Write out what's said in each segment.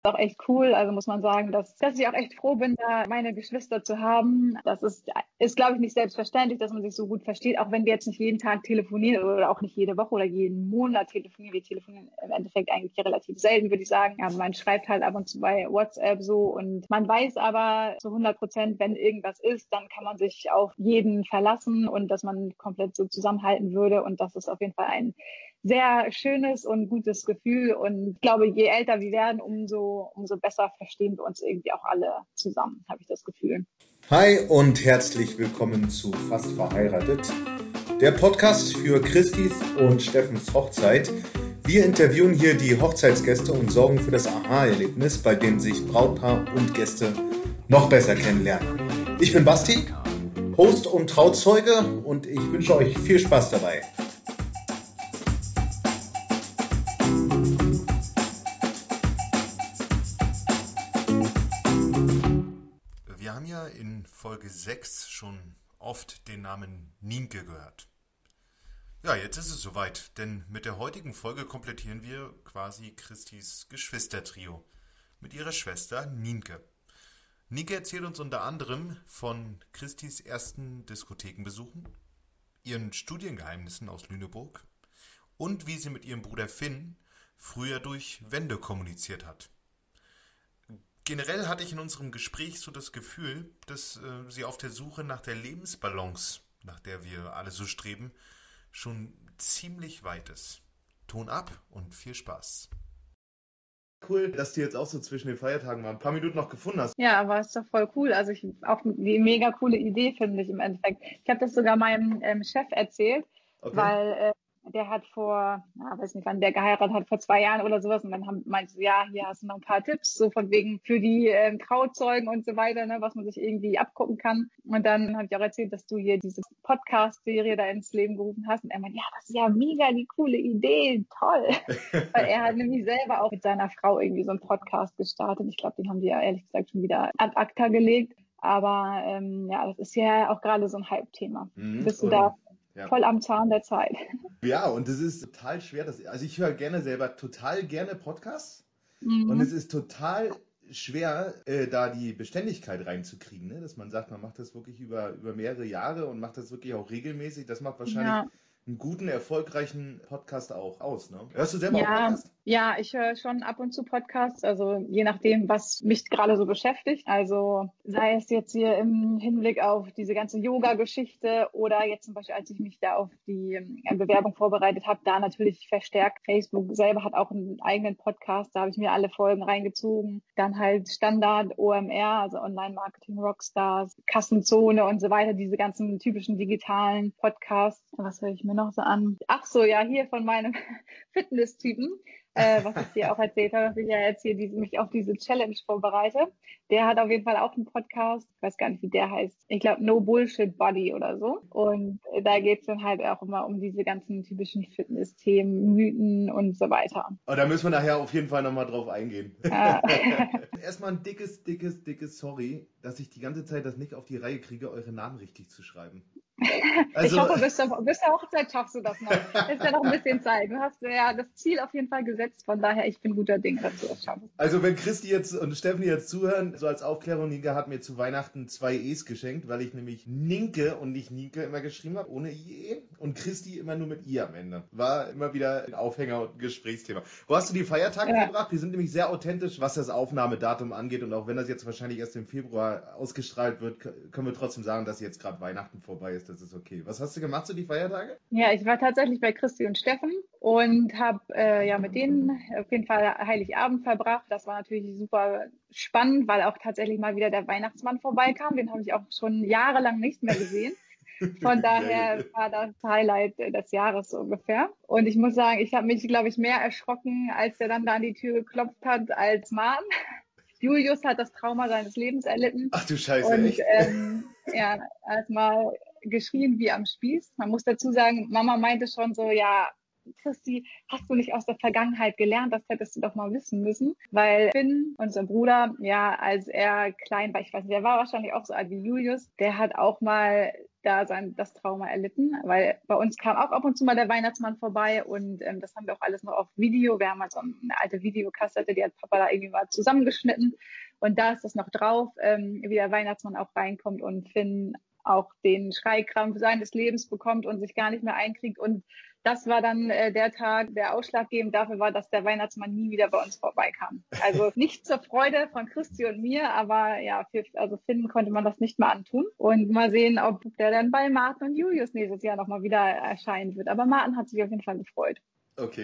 Auch echt cool. Also muss man sagen, dass ich auch echt froh bin, da meine Geschwister zu haben. Das ist, glaube ich, nicht selbstverständlich, dass man sich so gut versteht, auch wenn wir jetzt nicht jeden Tag telefonieren oder auch nicht jede Woche oder jeden Monat telefonieren. Wir telefonieren im Endeffekt eigentlich relativ selten, würde ich sagen. Ja, man schreibt halt ab und zu bei WhatsApp so und man weiß aber zu 100%, wenn irgendwas ist, dann kann man sich auf jeden verlassen und dass man komplett so zusammenhalten würde. Und das ist auf jeden Fall ein sehr schönes und gutes Gefühl. Und ich glaube, je älter wir werden, umso besser verstehen wir uns irgendwie auch alle zusammen, habe ich das Gefühl. Hi und herzlich willkommen zu Fast verheiratet, der Podcast für Christis und Steffens Hochzeit. Wir interviewen hier die Hochzeitsgäste und sorgen für das Aha-Erlebnis, bei dem sich Brautpaar und Gäste noch besser kennenlernen. Ich bin Basti, Host und Trauzeuge, und ich wünsche euch viel Spaß dabei. Wir haben ja in Folge 6 schon oft den Namen Nienke gehört. Ja, jetzt ist es soweit, denn mit der heutigen Folge komplettieren wir quasi Christis Geschwistertrio mit ihrer Schwester Nienke. Nienke erzählt uns unter anderem von Christis ersten Diskothekenbesuchen, ihren Studiengeheimnissen aus Lüneburg und wie sie mit ihrem Bruder Finn früher durch Wände kommuniziert hat. Generell hatte ich in unserem Gespräch so das Gefühl, dass sie auf der Suche nach der Lebensbalance, nach der wir alle so streben, schon ziemlich weit ist. Ton ab und viel Spaß. Cool, dass du jetzt auch so zwischen den Feiertagen mal ein paar Minuten noch gefunden hast. Ja, aber ist doch voll cool. Also auch die mega coole Idee, finde ich im Endeffekt. Ich habe das sogar meinem Chef erzählt, Okay. weil der hat weiß nicht wann der geheiratet hat, vor 2 Jahren oder sowas. Und dann meinte sie, ja, hier hast du noch ein paar Tipps, so von wegen für die Trauzeugen und so weiter, ne, was man sich irgendwie abgucken kann. Und dann habe ich auch erzählt, dass du hier diese Podcast-Serie da ins Leben gerufen hast. Und er meinte, ja, das ist ja mega die coole Idee, toll. Weil er hat nämlich selber auch mit seiner Frau irgendwie so einen Podcast gestartet. Ich glaube, den haben die ja ehrlich gesagt schon wieder ad acta gelegt. Aber ja, das ist ja auch gerade so ein Hype-Thema. Bist du da voll am Zahn der Zeit? Ja, und das ist total schwer. Also ich höre total gerne Podcasts. Und es ist total schwer, da die Beständigkeit reinzukriegen, ne? Dass man sagt, man macht das wirklich über mehrere Jahre und macht das wirklich auch regelmäßig. Das macht wahrscheinlich einen guten, erfolgreichen Podcast auch aus, ne? Hörst du selber auch Podcasts? Ja, ich höre schon ab und zu Podcasts, also je nachdem, was mich gerade so beschäftigt. Also sei es jetzt hier im Hinblick auf diese ganze Yoga-Geschichte oder jetzt zum Beispiel, als ich mich da auf die Bewerbung vorbereitet habe, da natürlich verstärkt. Facebook selber hat auch einen eigenen Podcast, da habe ich mir alle Folgen reingezogen. Dann halt Standard OMR, also Online-Marketing Rockstars, Kassenzone und so weiter, diese ganzen typischen digitalen Podcasts. Was höre ich mir noch so an? Ach so, ja, hier von meinem Fitness-Typen. Was ich dir auch erzählt habe, dass ich ja jetzt hier mich auf diese Challenge vorbereite. Der hat auf jeden Fall auch einen Podcast, ich weiß gar nicht, wie der heißt. Ich glaube, No Bullshit Body oder so. Und da geht es dann halt auch immer um diese ganzen typischen Fitness-Themen, Mythen und so weiter. Oh, da müssen wir nachher auf jeden Fall nochmal drauf eingehen. Erstmal ein dickes Sorry, dass ich die ganze Zeit das nicht auf die Reihe kriege, eure Namen richtig zu schreiben. Also, ich hoffe, bis zur Hochzeit schaffst du das noch. Es ist ja noch ein bisschen Zeit. Du hast ja das Ziel auf jeden Fall gesetzt. Von daher, ich bin guter Dinge, dass du das schaffst. Also wenn Christi jetzt und Stephanie jetzt zuhören, so als Aufklärung, Nienke hat mir zu Weihnachten 2 E's geschenkt, weil ich nämlich Nienke und nicht Nienke immer geschrieben habe, ohne IE, und Christi immer nur mit I am Ende. War immer wieder ein Aufhänger und ein Gesprächsthema. Wo hast du die Feiertage verbracht? Die sind nämlich sehr authentisch, was das Aufnahmedatum angeht, und auch wenn das jetzt wahrscheinlich erst im Februar ausgestrahlt wird, können wir trotzdem sagen, dass jetzt gerade Weihnachten vorbei ist. Das ist okay. Was hast du gemacht so die Feiertage? Ja, ich war tatsächlich bei Christi und Steffen und habe mit denen auf jeden Fall Heiligabend verbracht. Das war natürlich super spannend, weil auch tatsächlich mal wieder der Weihnachtsmann vorbeikam. Den habe ich auch schon jahrelang nicht mehr gesehen. Von daher war das Highlight des Jahres so ungefähr. Und ich muss sagen, ich habe mich, glaube ich, mehr erschrocken, als der dann da an die Tür geklopft hat, als Maren. Julius hat das Trauma seines Lebens erlitten. Ach du Scheiße, und, echt? Erstmal geschrien wie am Spieß. Man muss dazu sagen, Mama meinte schon so, ja, Christi, hast du nicht aus der Vergangenheit gelernt? Das hättest du doch mal wissen müssen. Weil Finn, unser Bruder, ja, als er klein war, ich weiß nicht, der war wahrscheinlich auch so alt wie Julius, der hat auch mal da das Trauma erlitten, weil bei uns kam auch ab und zu mal der Weihnachtsmann vorbei und das haben wir auch alles noch auf Video. Wir haben halt so eine alte Videokassette, die hat Papa da irgendwie mal zusammengeschnitten und da ist das noch drauf, wie der Weihnachtsmann auch reinkommt und Finn auch den Schreikrampf seines Lebens bekommt und sich gar nicht mehr einkriegt. Und das war dann der Tag, der ausschlaggebend dafür war, dass der Weihnachtsmann nie wieder bei uns vorbeikam. Also nicht zur Freude von Christi und mir, aber ja, also Finn konnte man das nicht mehr antun. Und mal sehen, ob der dann bei Martin und Julius nächstes Jahr nochmal wieder erscheinen wird. Aber Martin hat sich auf jeden Fall gefreut. Okay,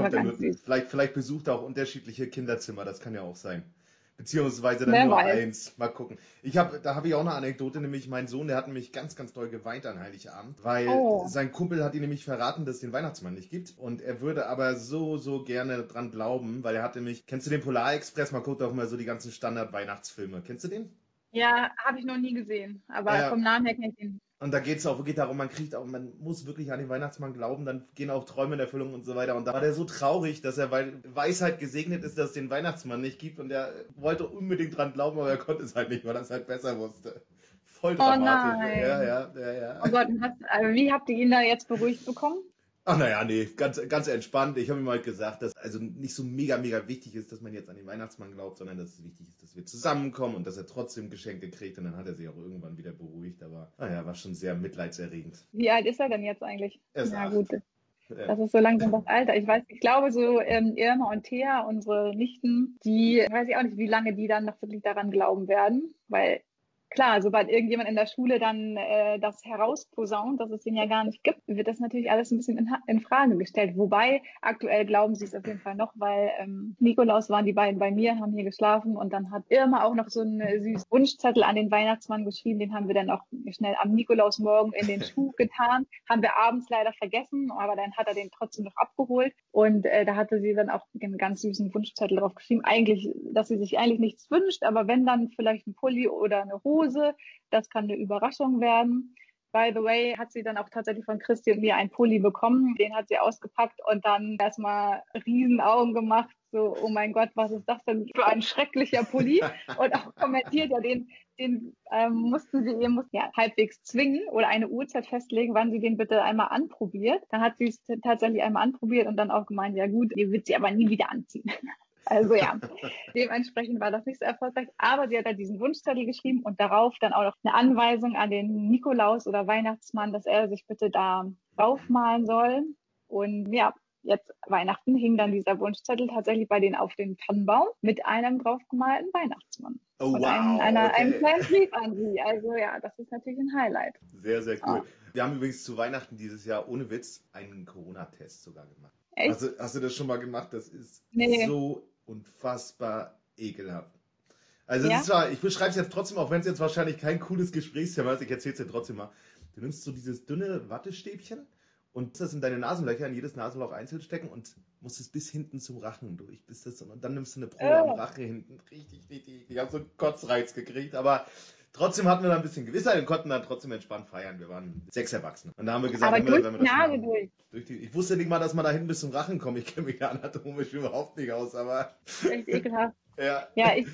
vielleicht besucht er auch unterschiedliche Kinderzimmer, das kann ja auch sein. Beziehungsweise dann Wer nur weiß. eins. Mal gucken. Da habe ich auch eine Anekdote, nämlich mein Sohn, der hat nämlich ganz, ganz doll geweint an Heiligabend, weil sein Kumpel hat ihm nämlich verraten, dass es den Weihnachtsmann nicht gibt. Und er würde aber so, so gerne dran glauben, weil er hat nämlich, kennst du den Polarexpress? Man guckt auch immer so die ganzen Standard-Weihnachtsfilme. Kennst du den? Ja, habe ich noch nie gesehen, aber vom Namen her kenne ich ihn. Und da geht es auch wirklich darum, man muss wirklich an den Weihnachtsmann glauben, dann gehen auch Träume in Erfüllung und so weiter. Und da war der so traurig, dass er, weil Weisheit gesegnet ist, dass es den Weihnachtsmann nicht gibt. Und er wollte unbedingt dran glauben, aber er konnte es halt nicht, weil er es halt besser wusste. Voll dramatisch. Oh nein. Ja. Oh Gott, wie habt ihr ihn da jetzt beruhigt bekommen? Ach naja, nee, ganz entspannt. Ich habe ihm halt gesagt, dass also nicht so mega, mega wichtig ist, dass man jetzt an den Weihnachtsmann glaubt, sondern dass es wichtig ist, dass wir zusammenkommen und dass er trotzdem Geschenke kriegt. Und dann hat er sich auch irgendwann wieder beruhigt. Aber naja, war schon sehr mitleidserregend. Wie alt ist er denn jetzt eigentlich? Er ist 8. Gut, das ist so langsam das Alter. Ich glaube so Irma und Thea, unsere Nichten, die weiß ich auch nicht, wie lange die dann noch wirklich daran glauben werden, weil klar, sobald irgendjemand in der Schule dann das herausposaunt, dass es den ja gar nicht gibt, wird das natürlich alles ein bisschen in Frage gestellt. Wobei, aktuell glauben sie es auf jeden Fall noch, weil Nikolaus waren die beiden bei mir, haben hier geschlafen und dann hat Irma auch noch so einen süßen Wunschzettel an den Weihnachtsmann geschrieben. Den haben wir dann auch schnell am Nikolausmorgen in den Schuh getan. Haben wir abends leider vergessen, aber dann hat er den trotzdem noch abgeholt. Und da hatte sie dann auch einen ganz süßen Wunschzettel drauf geschrieben. Eigentlich, dass sie sich eigentlich nichts wünscht, aber wenn dann vielleicht ein Pulli oder eine Hose. Das kann eine Überraschung werden. By the way, hat sie dann auch tatsächlich von Christi und mir einen Pulli bekommen. Den hat sie ausgepackt und dann erstmal Riesenaugen gemacht. So, oh mein Gott, was ist das denn für ein schrecklicher Pulli? Und auch kommentiert, ja, den mussten sie halbwegs zwingen oder eine Uhrzeit festlegen, wann sie den bitte einmal anprobiert. Dann hat sie es tatsächlich einmal anprobiert und dann auch gemeint, ja gut, die wird sie aber nie wieder anziehen. Also ja, dementsprechend war das nicht so erfolgreich. Aber sie hat da diesen Wunschzettel geschrieben und darauf dann auch noch eine Anweisung an den Nikolaus oder Weihnachtsmann, dass er sich bitte da draufmalen soll. Und ja, jetzt Weihnachten hing dann dieser Wunschzettel tatsächlich bei denen auf dem Tannenbaum mit einem draufgemalten Weihnachtsmann. Oh, und wow. einem kleinen Brief an sie. Also ja, das ist natürlich ein Highlight. Sehr, sehr cool. Ja. Wir haben übrigens zu Weihnachten dieses Jahr ohne Witz einen Corona-Test sogar gemacht. Echt? Hast du das schon mal gemacht? Das ist Nee. so unfassbar ekelhaft. Also es ist zwar, ich beschreibe es jetzt trotzdem, auch wenn es jetzt wahrscheinlich kein cooles Gesprächsthema ist, ich erzähle es dir trotzdem mal. Du nimmst so dieses dünne Wattestäbchen und das in deine Nasenlöcher, in jedes Nasenloch einzeln stecken und musst es bis hinten zum Rachen durch. Und dann nimmst du eine Probe am Rache hinten. Richtig. Ich habe so einen Kotzreiz gekriegt, aber trotzdem hatten wir da ein bisschen Gewissheit und konnten dann trotzdem entspannt feiern. Wir waren 6 Erwachsene. Und da haben wir gesagt, aber durch die Nase durch. Ich wusste nicht mal, dass man da hinten bis zum Rachen kommt. Ich kenne mich da anatomisch überhaupt nicht aus, aber... Echt ekelhaft. Ja,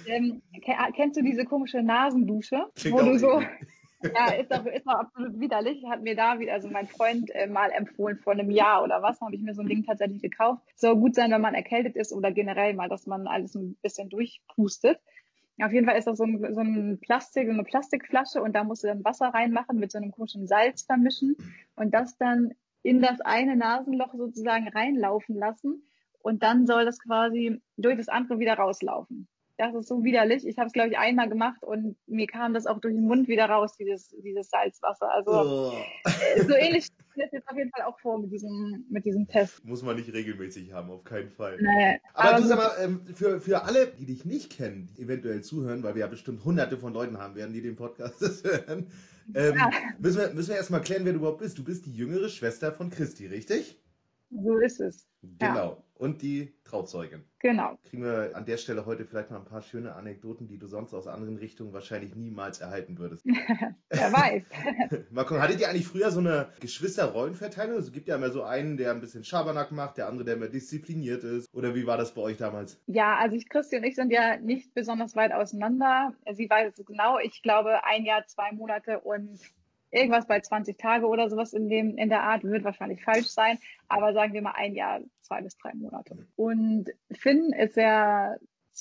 kennst du diese komische Nasendusche? Klingt wo auch du so... eklig. Ja, ist auch absolut widerlich. Hat mir also mein Freund mal empfohlen vor einem Jahr oder was, habe ich mir so ein Ding tatsächlich gekauft. Soll gut sein, wenn man erkältet ist oder generell mal, dass man alles ein bisschen durchpustet. Auf jeden Fall ist das so eine Plastikflasche und da musst du dann Wasser reinmachen, mit so einem komischen Salz vermischen und das dann in das eine Nasenloch sozusagen reinlaufen lassen und dann soll das quasi durch das andere wieder rauslaufen. Das ist so widerlich. Ich habe es, glaube ich, einmal gemacht und mir kam das auch durch den Mund wieder raus, dieses Salzwasser. Also so ähnlich stelle ich das jetzt auf jeden Fall auch vor mit diesem Test. Muss man nicht regelmäßig haben, auf keinen Fall. Nee, aber du sag mal, für alle, die dich nicht kennen, die eventuell zuhören, weil wir ja bestimmt hunderte von Leuten haben werden, die den Podcast hören, müssen wir erstmal klären, wer du überhaupt bist. Du bist die jüngere Schwester von Christi, richtig? So ist es. Genau. Ja. Und die Trauzeugin. Genau. Kriegen wir an der Stelle heute vielleicht mal ein paar schöne Anekdoten, die du sonst aus anderen Richtungen wahrscheinlich niemals erhalten würdest. Wer weiß. Marco, hattet ihr eigentlich früher so eine Geschwister-Rollenverteilung? Also es gibt ja immer so einen, der ein bisschen Schabernack macht, der andere, der mehr diszipliniert ist. Oder wie war das bei euch damals? Ja, also Christi und ich sind ja nicht besonders weit auseinander. Sie weiß es genau. Ich glaube 1 Jahr, 2 Monate und irgendwas bei 20 Tage oder sowas in der Art, wird wahrscheinlich falsch sein, aber sagen wir mal 1 Jahr, 2 bis 3 Monate. Und Finn ist ja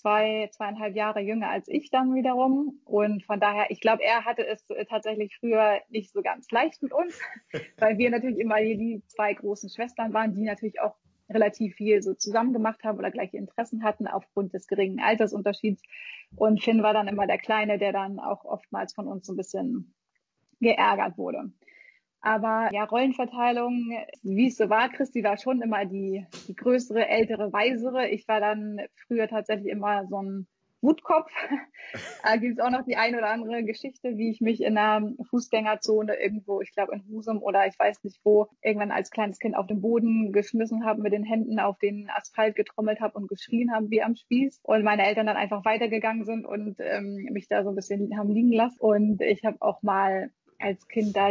2,5 Jahre jünger als ich dann wiederum. Und von daher, ich glaube, er hatte es tatsächlich früher nicht so ganz leicht mit uns, weil wir natürlich immer die 2 großen Schwestern waren, die natürlich auch relativ viel so zusammen gemacht haben oder gleiche Interessen hatten aufgrund des geringen Altersunterschieds. Und Finn war dann immer der Kleine, der dann auch oftmals von uns so ein bisschen geärgert wurde. Aber ja, Rollenverteilung, wie es so war, Christi war schon immer die größere, ältere, weisere. Ich war dann früher tatsächlich immer so ein Wutkopf. Da gibt es auch noch die eine oder andere Geschichte, wie ich mich in einer Fußgängerzone irgendwo, ich glaube in Husum oder ich weiß nicht wo, irgendwann als kleines Kind auf den Boden geschmissen habe, mit den Händen auf den Asphalt getrommelt habe und geschrien habe wie am Spieß. Und meine Eltern dann einfach weitergegangen sind und mich da so ein bisschen haben liegen lassen. Und ich habe auch mal als Kind da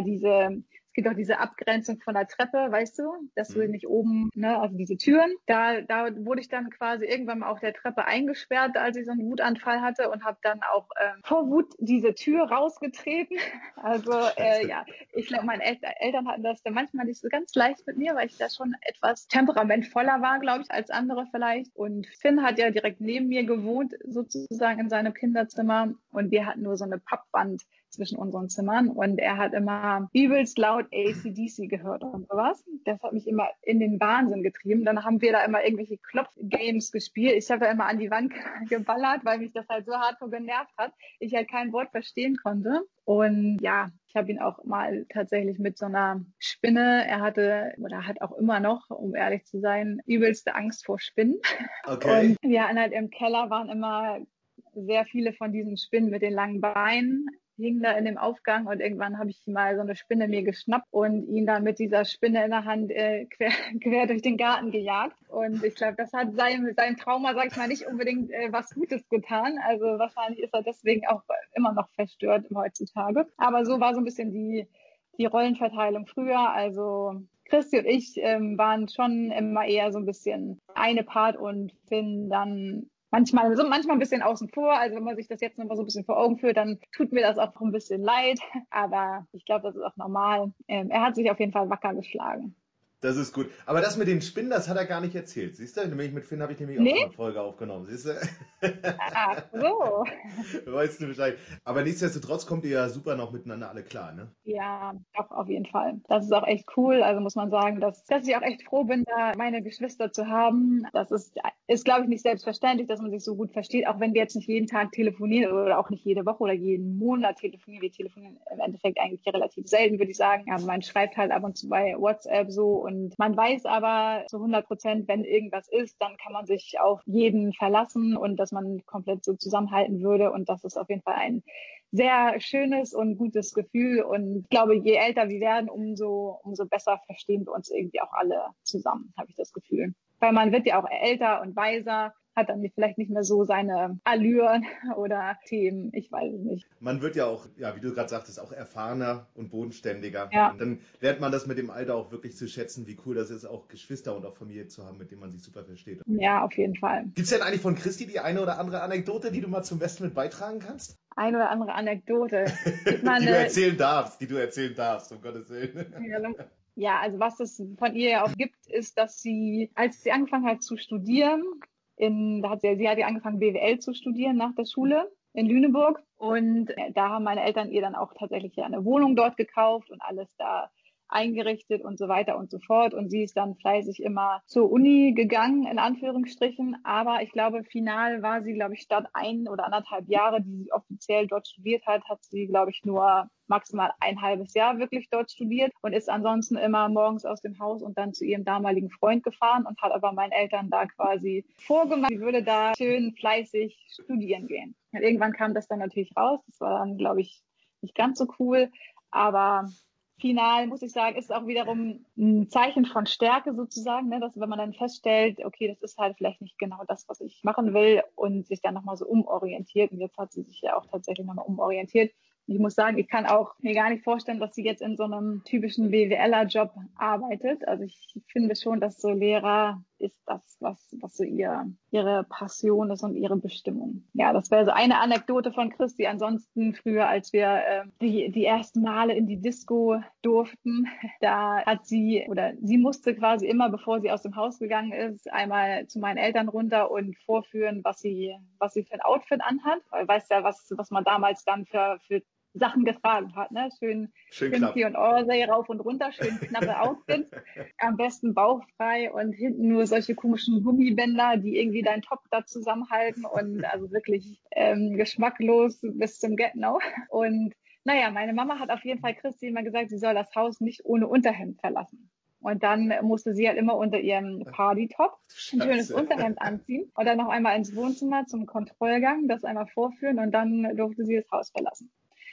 es gibt auch diese Abgrenzung von der Treppe, weißt du, dass du nicht oben, ne, also diese Türen, da wurde ich dann quasi irgendwann mal auf der Treppe eingesperrt, als ich so einen Wutanfall hatte und habe dann auch vor Wut diese Tür rausgetreten. Also ja, ich glaube, meine Eltern hatten das dann manchmal nicht so ganz leicht mit mir, weil ich da schon etwas temperamentvoller war, glaube ich, als andere vielleicht. Und Finn hat ja direkt neben mir gewohnt, sozusagen in seinem Kinderzimmer, und wir hatten nur so eine Pappwand zwischen unseren Zimmern und er hat immer übelst laut AC/DC gehört und sowas. Das hat mich immer in den Wahnsinn getrieben. Dann haben wir da immer irgendwelche Klopfgames gespielt. Ich habe da immer an die Wand geballert, weil mich das halt so hart genervt hat. Ich halt kein Wort verstehen konnte. Und ja, ich habe ihn auch mal tatsächlich mit so einer Spinne, er hatte oder hat auch immer noch, um ehrlich zu sein, übelste Angst vor Spinnen. Okay. Und wir hatten halt im Keller waren immer sehr viele von diesen Spinnen mit den langen Beinen, hing da in dem Aufgang und irgendwann habe ich mal so eine Spinne mir geschnappt und ihn dann mit dieser Spinne in der Hand quer durch den Garten gejagt. Und ich glaube, das hat seinem Trauma, sag ich mal, nicht unbedingt was Gutes getan. Also wahrscheinlich ist er deswegen auch immer noch verstört heutzutage. Aber so war so ein bisschen die Rollenverteilung früher. Also Christi und ich waren schon immer eher so ein bisschen eine Part und Finn dann manchmal ein bisschen außen vor. Also wenn man sich das jetzt nochmal so ein bisschen vor Augen führt, dann tut mir das auch ein bisschen leid. Aber ich glaube, das ist auch normal. Er hat sich auf jeden Fall wacker geschlagen. Das ist gut. Aber das mit den Spinnen, das hat er gar nicht erzählt. Siehst du? Nämlich mit Finn habe ich nämlich auch schon Nee? eine Folge aufgenommen. Siehst du? Ach so. Weißt du Bescheid. Aber nichtsdestotrotz kommt ihr ja super noch miteinander alle klar, ne? Ja, doch, auf jeden Fall. Das ist auch echt cool. Also muss man sagen, dass ich auch echt froh bin, da meine Geschwister zu haben. Das ist, glaube ich, nicht selbstverständlich, dass man sich so gut versteht, auch wenn wir jetzt nicht jeden Tag telefonieren oder auch nicht jede Woche oder jeden Monat telefonieren. Wir telefonieren im Endeffekt eigentlich relativ selten, würde ich sagen. Aber man schreibt halt ab und zu bei WhatsApp so und man weiß aber zu 100%, wenn irgendwas ist, dann kann man sich auf jeden verlassen und dass man komplett so zusammenhalten würde. Und das ist auf jeden Fall ein sehr schönes und gutes Gefühl. Und ich glaube, je älter wir werden, umso besser verstehen wir uns irgendwie auch alle zusammen, habe ich das Gefühl. Weil man wird ja auch älter und weiser, hat dann vielleicht nicht mehr so seine Allüren oder Themen, ich weiß es nicht. Man wird ja auch, ja, wie du gerade sagtest, auch erfahrener und bodenständiger. Ja. Und dann lernt man das mit dem Alter auch wirklich zu schätzen, wie cool das ist, auch Geschwister und auch Familie zu haben, mit denen man sich super versteht. Ja, auf jeden Fall. Gibt es denn eigentlich von Christi die eine oder andere Anekdote, die du mal zum Besten mit beitragen kannst? Eine oder andere Anekdote. Die du erzählen darfst, um Gottes Willen. Ja, also was es von ihr ja auch gibt, ist, dass sie, als sie angefangen hat zu studieren, sie hat ja angefangen BWL zu studieren nach der Schule in Lüneburg, und da haben meine Eltern ihr dann auch tatsächlich eine Wohnung dort gekauft und alles da eingerichtet und so weiter und so fort. Und sie ist dann fleißig immer zur Uni gegangen, in Anführungsstrichen. Aber ich glaube, final war sie, glaube ich, statt 1 oder 1,5 Jahre, die sie offiziell dort studiert hat sie, glaube ich, nur maximal ein halbes Jahr wirklich dort studiert und ist ansonsten immer morgens aus dem Haus und dann zu ihrem damaligen Freund gefahren und hat aber meinen Eltern da quasi vorgemacht, sie würde da schön fleißig studieren gehen. Und irgendwann kam das dann natürlich raus. Das war dann, glaube ich, nicht ganz so cool. Aber final, muss ich sagen, ist es auch wiederum ein Zeichen von Stärke sozusagen, ne? Dass wenn man dann feststellt, okay, das ist halt vielleicht nicht genau das, was ich machen will, und sich dann nochmal so umorientiert. Und jetzt hat sie sich ja auch tatsächlich nochmal umorientiert. Ich muss sagen, ich kann auch mir gar nicht vorstellen, dass sie jetzt in so einem typischen BWLer-Job arbeitet. Also ich finde schon, dass so Lehrer ist das, was so ihre Passion ist und ihre Bestimmung. Ja, das wäre so eine Anekdote von Christi. Ansonsten früher, als wir die ersten Male in die Disco durften, da hat sie musste quasi immer, bevor sie aus dem Haus gegangen ist, einmal zu meinen Eltern runter und vorführen, was sie für ein Outfit anhat. Weil weißt ja, was man damals dann für Sachen getragen hat, ne? Schön Stimpi und Orsay rauf und runter, schön knappe Outfits, am besten bauchfrei und hinten nur solche komischen Gummibänder, die irgendwie deinen Top da zusammenhalten und also wirklich geschmacklos bis zum Get-No. Und naja, meine Mama hat auf jeden Fall Christi immer gesagt, sie soll das Haus nicht ohne Unterhemd verlassen. Und dann musste sie halt immer unter ihrem Party-Top ein schönes Unterhemd anziehen und dann noch einmal ins Wohnzimmer zum Kontrollgang, das einmal vorführen und dann durfte sie das Haus verlassen.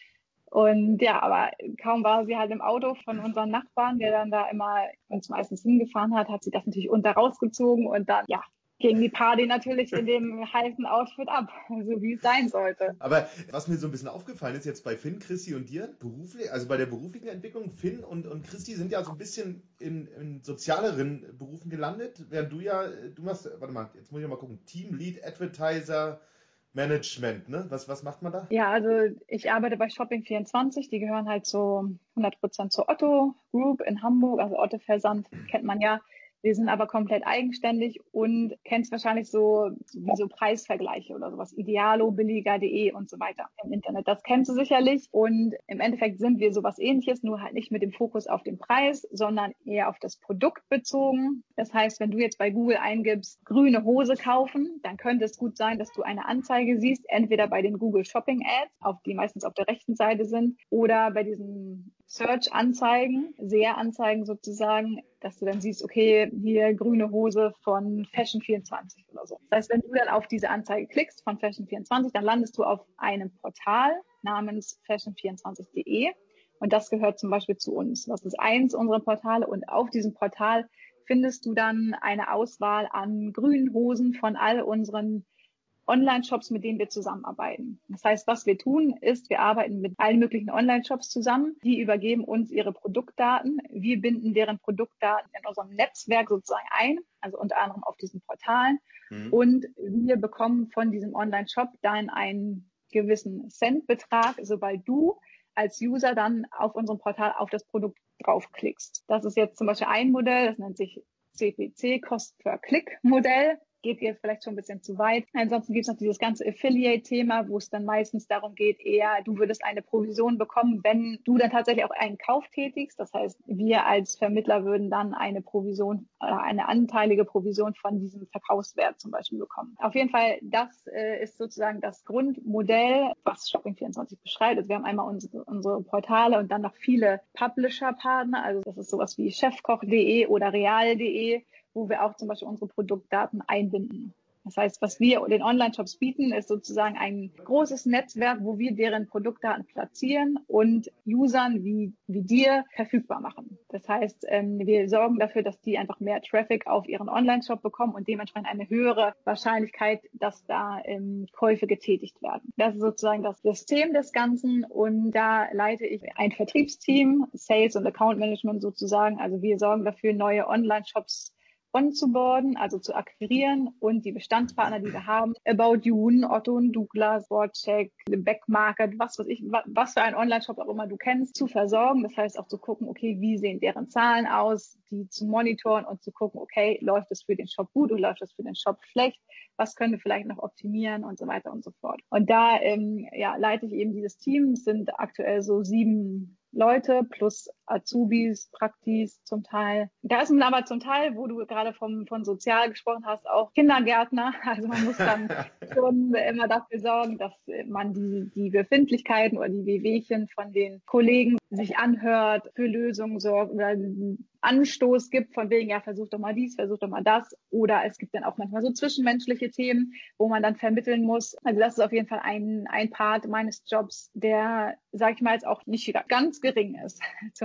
Und ja, aber kaum war sie halt im Auto von unseren Nachbarn, der dann da immer uns meistens hingefahren hat sie das natürlich unter rausgezogen und dann, ja, ging die Party natürlich in dem heißen Outfit ab, so wie es sein sollte. Aber was mir so ein bisschen aufgefallen ist jetzt bei Finn, Christi und dir, beruflich, also bei der beruflichen Entwicklung, Finn und Christi sind ja so ein bisschen in sozialeren Berufen gelandet, während du machst, warte mal, jetzt muss ich mal gucken, Team Lead Advertiser Management, ne? Was macht man da? Ja, also ich arbeite bei Shopping24, die gehören halt so 100% zur Otto Group in Hamburg, also Otto Versand kennt man ja. Wir sind aber komplett eigenständig und kennst wahrscheinlich so Preisvergleiche oder sowas, Idealo, billiger.de und so weiter im Internet. Das kennst du sicherlich und im Endeffekt sind wir sowas Ähnliches, nur halt nicht mit dem Fokus auf den Preis, sondern eher auf das Produkt bezogen. Das heißt, wenn du jetzt bei Google eingibst, grüne Hose kaufen, dann könnte es gut sein, dass du eine Anzeige siehst, entweder bei den Google Shopping Ads, die meistens auf der rechten Seite sind, oder bei diesen Search-Anzeigen, SEA-Anzeigen sozusagen, dass du dann siehst, okay, hier grüne Hose von Fashion24 oder so. Das heißt, wenn du dann auf diese Anzeige klickst von Fashion24, dann landest du auf einem Portal namens fashion24.de und das gehört zum Beispiel zu uns. Das ist eins unserer Portale und auf diesem Portal findest du dann eine Auswahl an grünen Hosen von all unseren Online-Shops, mit denen wir zusammenarbeiten. Das heißt, was wir tun, ist, wir arbeiten mit allen möglichen Online-Shops zusammen. Die übergeben uns ihre Produktdaten. Wir binden deren Produktdaten in unserem Netzwerk sozusagen ein, also unter anderem auf diesen Portalen. Und wir bekommen von diesem Online-Shop dann einen gewissen Centbetrag, sobald du als User dann auf unserem Portal auf das Produkt draufklickst. Das ist jetzt zum Beispiel ein Modell, das nennt sich CPC, Cost per Click Modell. Geht jetzt vielleicht schon ein bisschen zu weit. Ansonsten gibt es noch dieses ganze Affiliate-Thema, wo es dann meistens darum geht, eher, du würdest eine Provision bekommen, wenn du dann tatsächlich auch einen Kauf tätigst. Das heißt, wir als Vermittler würden dann eine Provision, eine anteilige Provision von diesem Verkaufswert zum Beispiel bekommen. Auf jeden Fall, das ist sozusagen das Grundmodell, was Shopping24 beschreibt. Also wir haben einmal unsere Portale und dann noch viele Publisher-Partner. Also das ist sowas wie chefkoch.de oder real.de, wo wir auch zum Beispiel unsere Produktdaten einbinden. Das heißt, was wir den Online-Shops bieten, ist sozusagen ein großes Netzwerk, wo wir deren Produktdaten platzieren und Usern wie dir verfügbar machen. Das heißt, wir sorgen dafür, dass die einfach mehr Traffic auf ihren Online-Shop bekommen und dementsprechend eine höhere Wahrscheinlichkeit, dass da Käufe getätigt werden. Das ist sozusagen das System des Ganzen und da leite ich ein Vertriebsteam, Sales und Account Management sozusagen. Also wir sorgen dafür, neue Online-Shops onzuboarden, also zu akquirieren und die Bestandspartner, die wir haben, About You, Otto und Douglas, Sportcheck, Backmarket, was weiß ich, was für ein Online-Shop auch immer du kennst, zu versorgen. Das heißt auch zu gucken, okay, wie sehen deren Zahlen aus, die zu monitoren und zu gucken, okay, läuft es für den Shop gut oder läuft es für den Shop schlecht? Was können wir vielleicht noch optimieren und so weiter und so fort. Und da leite ich eben dieses Team. Es sind aktuell so 7 Leute plus Azubis, Praktis zum Teil. Da ist man aber zum Teil, wo du gerade von sozial gesprochen hast, auch Kindergärtner. Also man muss dann schon immer dafür sorgen, dass man die Befindlichkeiten oder die Wehwehchen von den Kollegen sich anhört, für Lösungen sorgt oder einen Anstoß gibt von wegen, ja, versuch doch mal dies, versuch doch mal das. Oder es gibt dann auch manchmal so zwischenmenschliche Themen, wo man dann vermitteln muss. Also das ist auf jeden Fall ein Part meines Jobs, der, sag ich mal, jetzt auch nicht ganz gering ist. Zum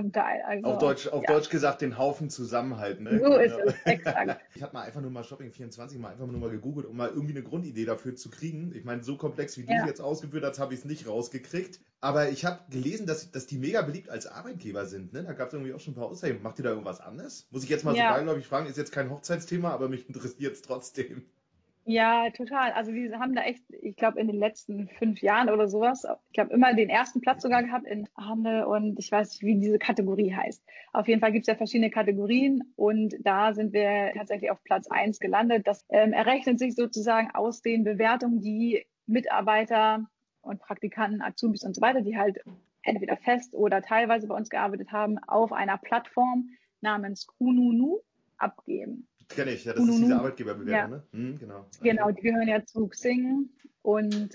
zum Teil. Also, auf Deutsch gesagt, den Haufen zusammenhalten. Ne? So ist es, exakt. Ich habe mal einfach nur mal Shopping24 einfach nur mal gegoogelt, um mal irgendwie eine Grundidee dafür zu kriegen. Ich meine, so komplex wie du es jetzt ausgeführt hast, habe ich es nicht rausgekriegt. Aber ich habe gelesen, dass die mega beliebt als Arbeitgeber sind. Ne? Da gab es irgendwie auch schon ein paar Aussagen. Macht ihr da irgendwas anderes? Muss ich jetzt mal so beiläufig fragen, ist jetzt kein Hochzeitsthema, aber mich interessiert es trotzdem. Ja, total. Also wir haben da echt, ich glaube, in den letzten 5 Jahren oder sowas, ich glaube, immer den ersten Platz sogar gehabt in Handel und ich weiß nicht, wie diese Kategorie heißt. Auf jeden Fall gibt es ja verschiedene Kategorien und da sind wir tatsächlich auf Platz 1 gelandet. Das errechnet sich sozusagen aus den Bewertungen, die Mitarbeiter und Praktikanten, Azubis und so weiter, die halt entweder fest oder teilweise bei uns gearbeitet haben, auf einer Plattform namens Kununu abgeben. Kenne ich, ja, das ist diese Arbeitgeberbewertung, ne? Genau. Genau, die gehören ja zu Xing und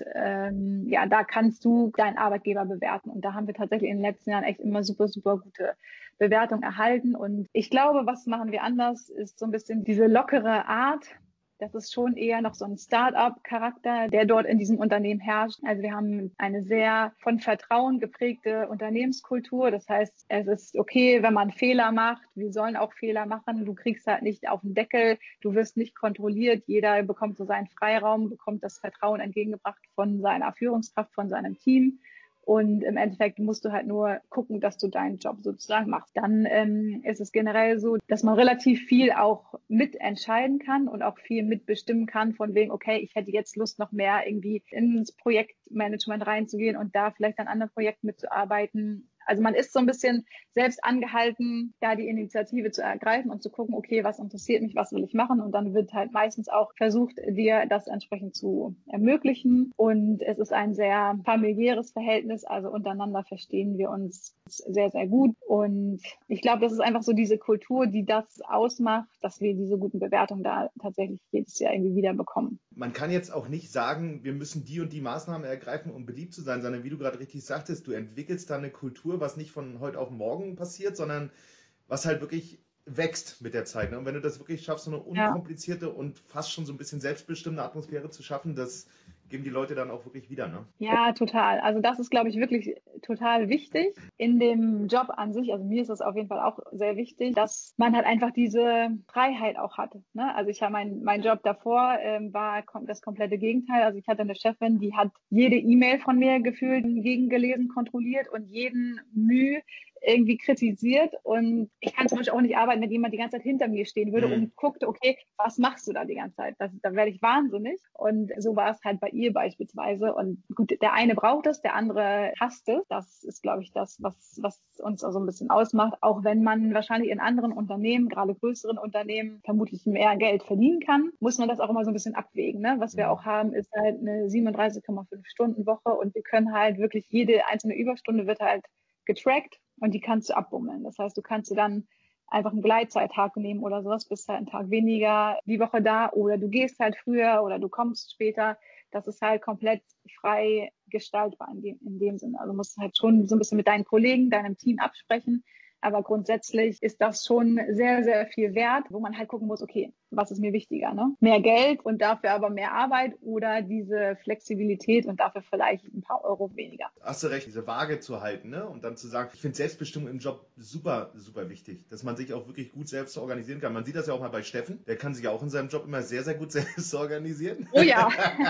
da kannst du deinen Arbeitgeber bewerten und da haben wir tatsächlich in den letzten Jahren echt immer super, super gute Bewertungen erhalten und ich glaube, was machen wir anders, ist so ein bisschen diese lockere Art. Das ist schon eher noch so ein Start-up-Charakter, der dort in diesem Unternehmen herrscht. Also wir haben eine sehr von Vertrauen geprägte Unternehmenskultur. Das heißt, es ist okay, wenn man Fehler macht. Wir sollen auch Fehler machen. Du kriegst halt nicht auf den Deckel. Du wirst nicht kontrolliert. Jeder bekommt so seinen Freiraum, bekommt das Vertrauen entgegengebracht von seiner Führungskraft, von seinem Team. Und im Endeffekt musst du halt nur gucken, dass du deinen Job sozusagen machst. Dann ist es generell so, dass man relativ viel auch mitentscheiden kann und auch viel mitbestimmen kann von wegen, okay, ich hätte jetzt Lust, noch mehr irgendwie ins Projektmanagement reinzugehen und da vielleicht an anderen Projekten mitzuarbeiten. Also man ist so ein bisschen selbst angehalten, da die Initiative zu ergreifen und zu gucken, okay, was interessiert mich, was will ich machen? Und dann wird halt meistens auch versucht, dir das entsprechend zu ermöglichen. Und es ist ein sehr familiäres Verhältnis, also untereinander verstehen wir uns sehr, sehr gut. Und ich glaube, das ist einfach so diese Kultur, die das ausmacht, dass wir diese guten Bewertungen da tatsächlich jedes Jahr irgendwie wieder bekommen. Man kann jetzt auch nicht sagen, wir müssen die und die Maßnahmen ergreifen, um beliebt zu sein, sondern wie du gerade richtig sagtest, du entwickelst da eine Kultur, was nicht von heute auf morgen passiert, sondern was halt wirklich wächst mit der Zeit. Ne? Und wenn du das wirklich schaffst, so eine unkomplizierte und fast schon so ein bisschen selbstbestimmte Atmosphäre zu schaffen, das geben die Leute dann auch wirklich wieder, ne? Ja, total. Also das ist, glaube ich, wirklich total wichtig in dem Job an sich. Also mir ist das auf jeden Fall auch sehr wichtig, dass man halt einfach diese Freiheit auch hat. Ne? Also ich habe mein Job davor war das komplette Gegenteil. Also ich hatte eine Chefin, die hat jede E-Mail von mir gefühlt gegengelesen, kontrolliert und jeden Mühe irgendwie kritisiert und ich kann zum Beispiel auch nicht arbeiten, wenn jemand die ganze Zeit hinter mir stehen würde und guckt, okay, was machst du da die ganze Zeit? Da werde ich wahnsinnig und so war es halt bei ihr beispielsweise und gut, der eine braucht es, der andere hasst es. Das ist, glaube ich, das, was uns so ein bisschen ausmacht, auch wenn man wahrscheinlich in anderen Unternehmen, gerade größeren Unternehmen, vermutlich mehr Geld verdienen kann, muss man das auch immer so ein bisschen abwägen. Ne? Was wir auch haben, ist halt eine 37,5-Stunden-Woche und wir können halt wirklich jede einzelne Überstunde wird halt getrackt und die kannst du abbummeln. Das heißt, du kannst dir dann einfach einen Gleitzeittag nehmen oder sowas, bist halt einen Tag weniger die Woche da oder du gehst halt früher oder du kommst später. Das ist halt komplett frei gestaltbar in dem Sinne. Also musst du halt schon so ein bisschen mit deinen Kollegen, deinem Team absprechen. Aber grundsätzlich ist das schon sehr, sehr viel wert, wo man halt gucken muss, okay, was ist mir wichtiger, ne? Mehr Geld und dafür aber mehr Arbeit oder diese Flexibilität und dafür vielleicht ein paar Euro weniger. Hast du recht, diese Waage zu halten, ne? Und dann zu sagen, ich finde Selbstbestimmung im Job super, super wichtig, dass man sich auch wirklich gut selbst organisieren kann. Man sieht das ja auch mal bei Steffen, der kann sich auch in seinem Job immer sehr, sehr gut selbst organisieren. Oh ja.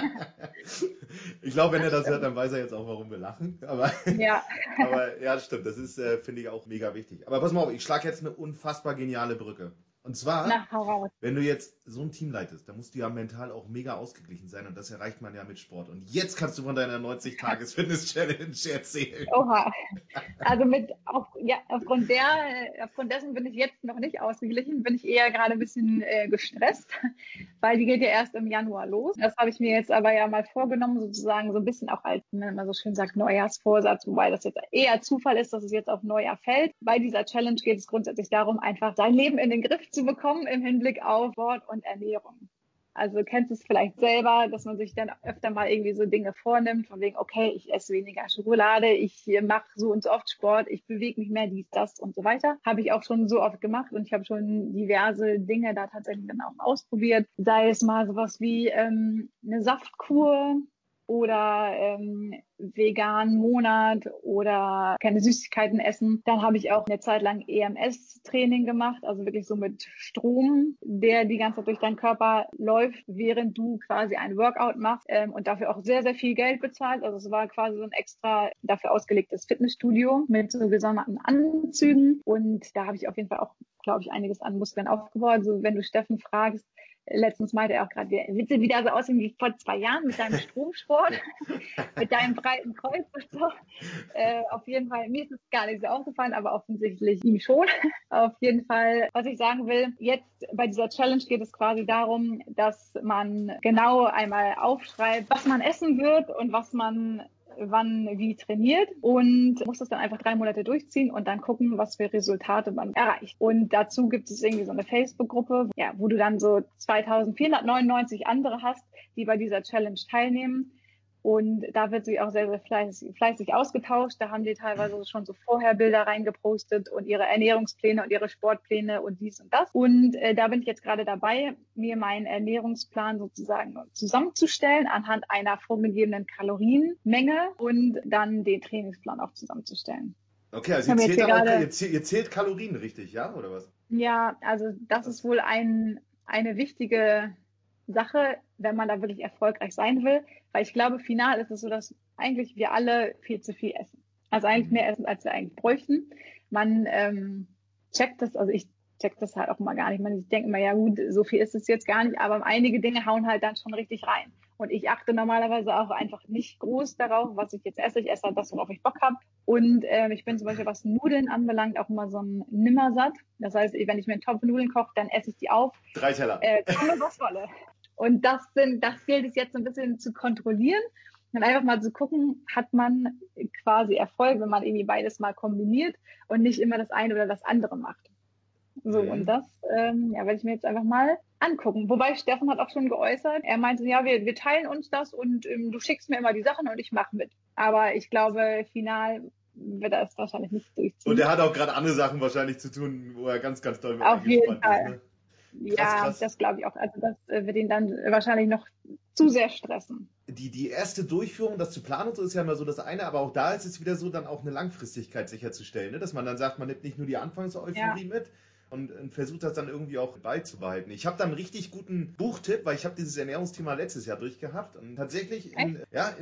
Ich glaube, wenn er das hört, dann weiß er jetzt auch, warum wir lachen. Aber ja, stimmt, das ist, finde ich, auch mega wichtig. Aber pass mal auf, ich schlage jetzt eine unfassbar geniale Brücke. Und zwar, wenn du jetzt so ein Team leitest, dann musst du ja mental auch mega ausgeglichen sein und das erreicht man ja mit Sport. Und jetzt kannst du von deiner 90-Tages-Fitness-Challenge erzählen. Oha. Also aufgrund dessen bin ich jetzt noch nicht ausgeglichen, bin ich eher gerade ein bisschen gestresst, weil die geht ja erst im Januar los. Das habe ich mir jetzt aber ja mal vorgenommen, sozusagen so ein bisschen auch als, wie man immer so schön sagt, Neujahrsvorsatz, wobei das jetzt eher Zufall ist, dass es jetzt auf Neujahr fällt. Bei dieser Challenge geht es grundsätzlich darum, einfach sein Leben in den Griff zu bekommen im Hinblick auf Sport und Ernährung. Also du kennst es vielleicht selber, dass man sich dann öfter mal irgendwie so Dinge vornimmt, von wegen, okay, ich esse weniger Schokolade, ich mache so und so oft Sport, ich bewege mich mehr, dies, das und so weiter. Habe ich auch schon so oft gemacht und ich habe schon diverse Dinge da tatsächlich dann auch ausprobiert. Sei es mal sowas wie eine Saftkur, oder vegan Monat oder keine Süßigkeiten essen. Dann habe ich auch eine Zeit lang EMS-Training gemacht, also wirklich so mit Strom, der die ganze Zeit durch deinen Körper läuft, während du quasi ein Workout machst und dafür auch sehr, sehr viel Geld bezahlt. Also es war quasi so ein extra dafür ausgelegtes Fitnessstudio mit so gesonderten Anzügen und da habe ich auf jeden Fall auch, glaube ich, einiges an Muskeln aufgebaut. Also wenn du Steffen fragst, letztens meinte er auch gerade, willst du wieder so aussehen wie vor 2 Jahren mit deinem Stromsport, mit deinem breiten Kreuz und so. Auf jeden Fall, mir ist es gar nicht so aufgefallen, aber offensichtlich ihm schon. Auf jeden Fall, was ich sagen will, jetzt bei dieser Challenge geht es quasi darum, dass man genau einmal aufschreibt, was man essen wird und was man wann wie trainiert und muss das dann einfach 3 Monate durchziehen und dann gucken, was für Resultate man erreicht. Und dazu gibt es irgendwie so eine Facebook-Gruppe, ja, wo du dann so 2499 andere hast, die bei dieser Challenge teilnehmen. Und da wird sich auch sehr, sehr fleißig ausgetauscht. Da haben die teilweise schon so vorher Bilder reingepostet und ihre Ernährungspläne und ihre Sportpläne und dies und das. Und da bin ich jetzt gerade dabei, mir meinen Ernährungsplan sozusagen zusammenzustellen anhand einer vorgegebenen Kalorienmenge und dann den Trainingsplan auch zusammenzustellen. Okay, also ihr zählt Kalorien richtig, ja? Oder was? Ja, also das ist wohl eine wichtige Sache, wenn man da wirklich erfolgreich sein will. Weil ich glaube, final ist es so, dass eigentlich wir alle viel zu viel essen. Also eigentlich mehr essen, als wir eigentlich bräuchten. Man checkt das, also ich check das halt auch mal gar nicht. Ich denke immer, ja gut, so viel ist es jetzt gar nicht, aber einige Dinge hauen halt dann schon richtig rein. Und ich achte normalerweise auch einfach nicht groß darauf, was ich jetzt esse. Ich esse halt das, worauf ich Bock habe. Und ich bin zum Beispiel, was Nudeln anbelangt, auch immer so ein Nimmersatt. Das heißt, wenn ich mir einen Topf Nudeln koche, dann esse ich die auf. 3 Teller. Komme, was wolle. Und das gilt es jetzt so ein bisschen zu kontrollieren und einfach mal zu gucken, hat man quasi Erfolg, wenn man irgendwie beides mal kombiniert und nicht immer das eine oder das andere macht. So, und das werde ich mir jetzt einfach mal angucken. Wobei Steffen hat auch schon geäußert, er meinte, ja, wir teilen uns das und du schickst mir immer die Sachen und ich mache mit. Aber ich glaube, final wird er es wahrscheinlich nicht durchziehen. Und er hat auch gerade andere Sachen wahrscheinlich zu tun, wo er ganz, ganz doll mit auf jeden Fall. ist. Ne? Krass. Das glaube ich auch. Also das wird ihn dann wahrscheinlich noch zu sehr stressen. Die erste Durchführung, das zu planen und so, ist ja immer so das eine, aber auch da ist es wieder so, dann auch eine Langfristigkeit sicherzustellen, ne? Dass man dann sagt, man nimmt nicht nur die Anfangseuphorie mit und versucht das dann irgendwie auch beizubehalten. Ich habe dann einen richtig guten Buchtipp, weil ich habe dieses Ernährungsthema letztes Jahr durchgehabt und tatsächlich in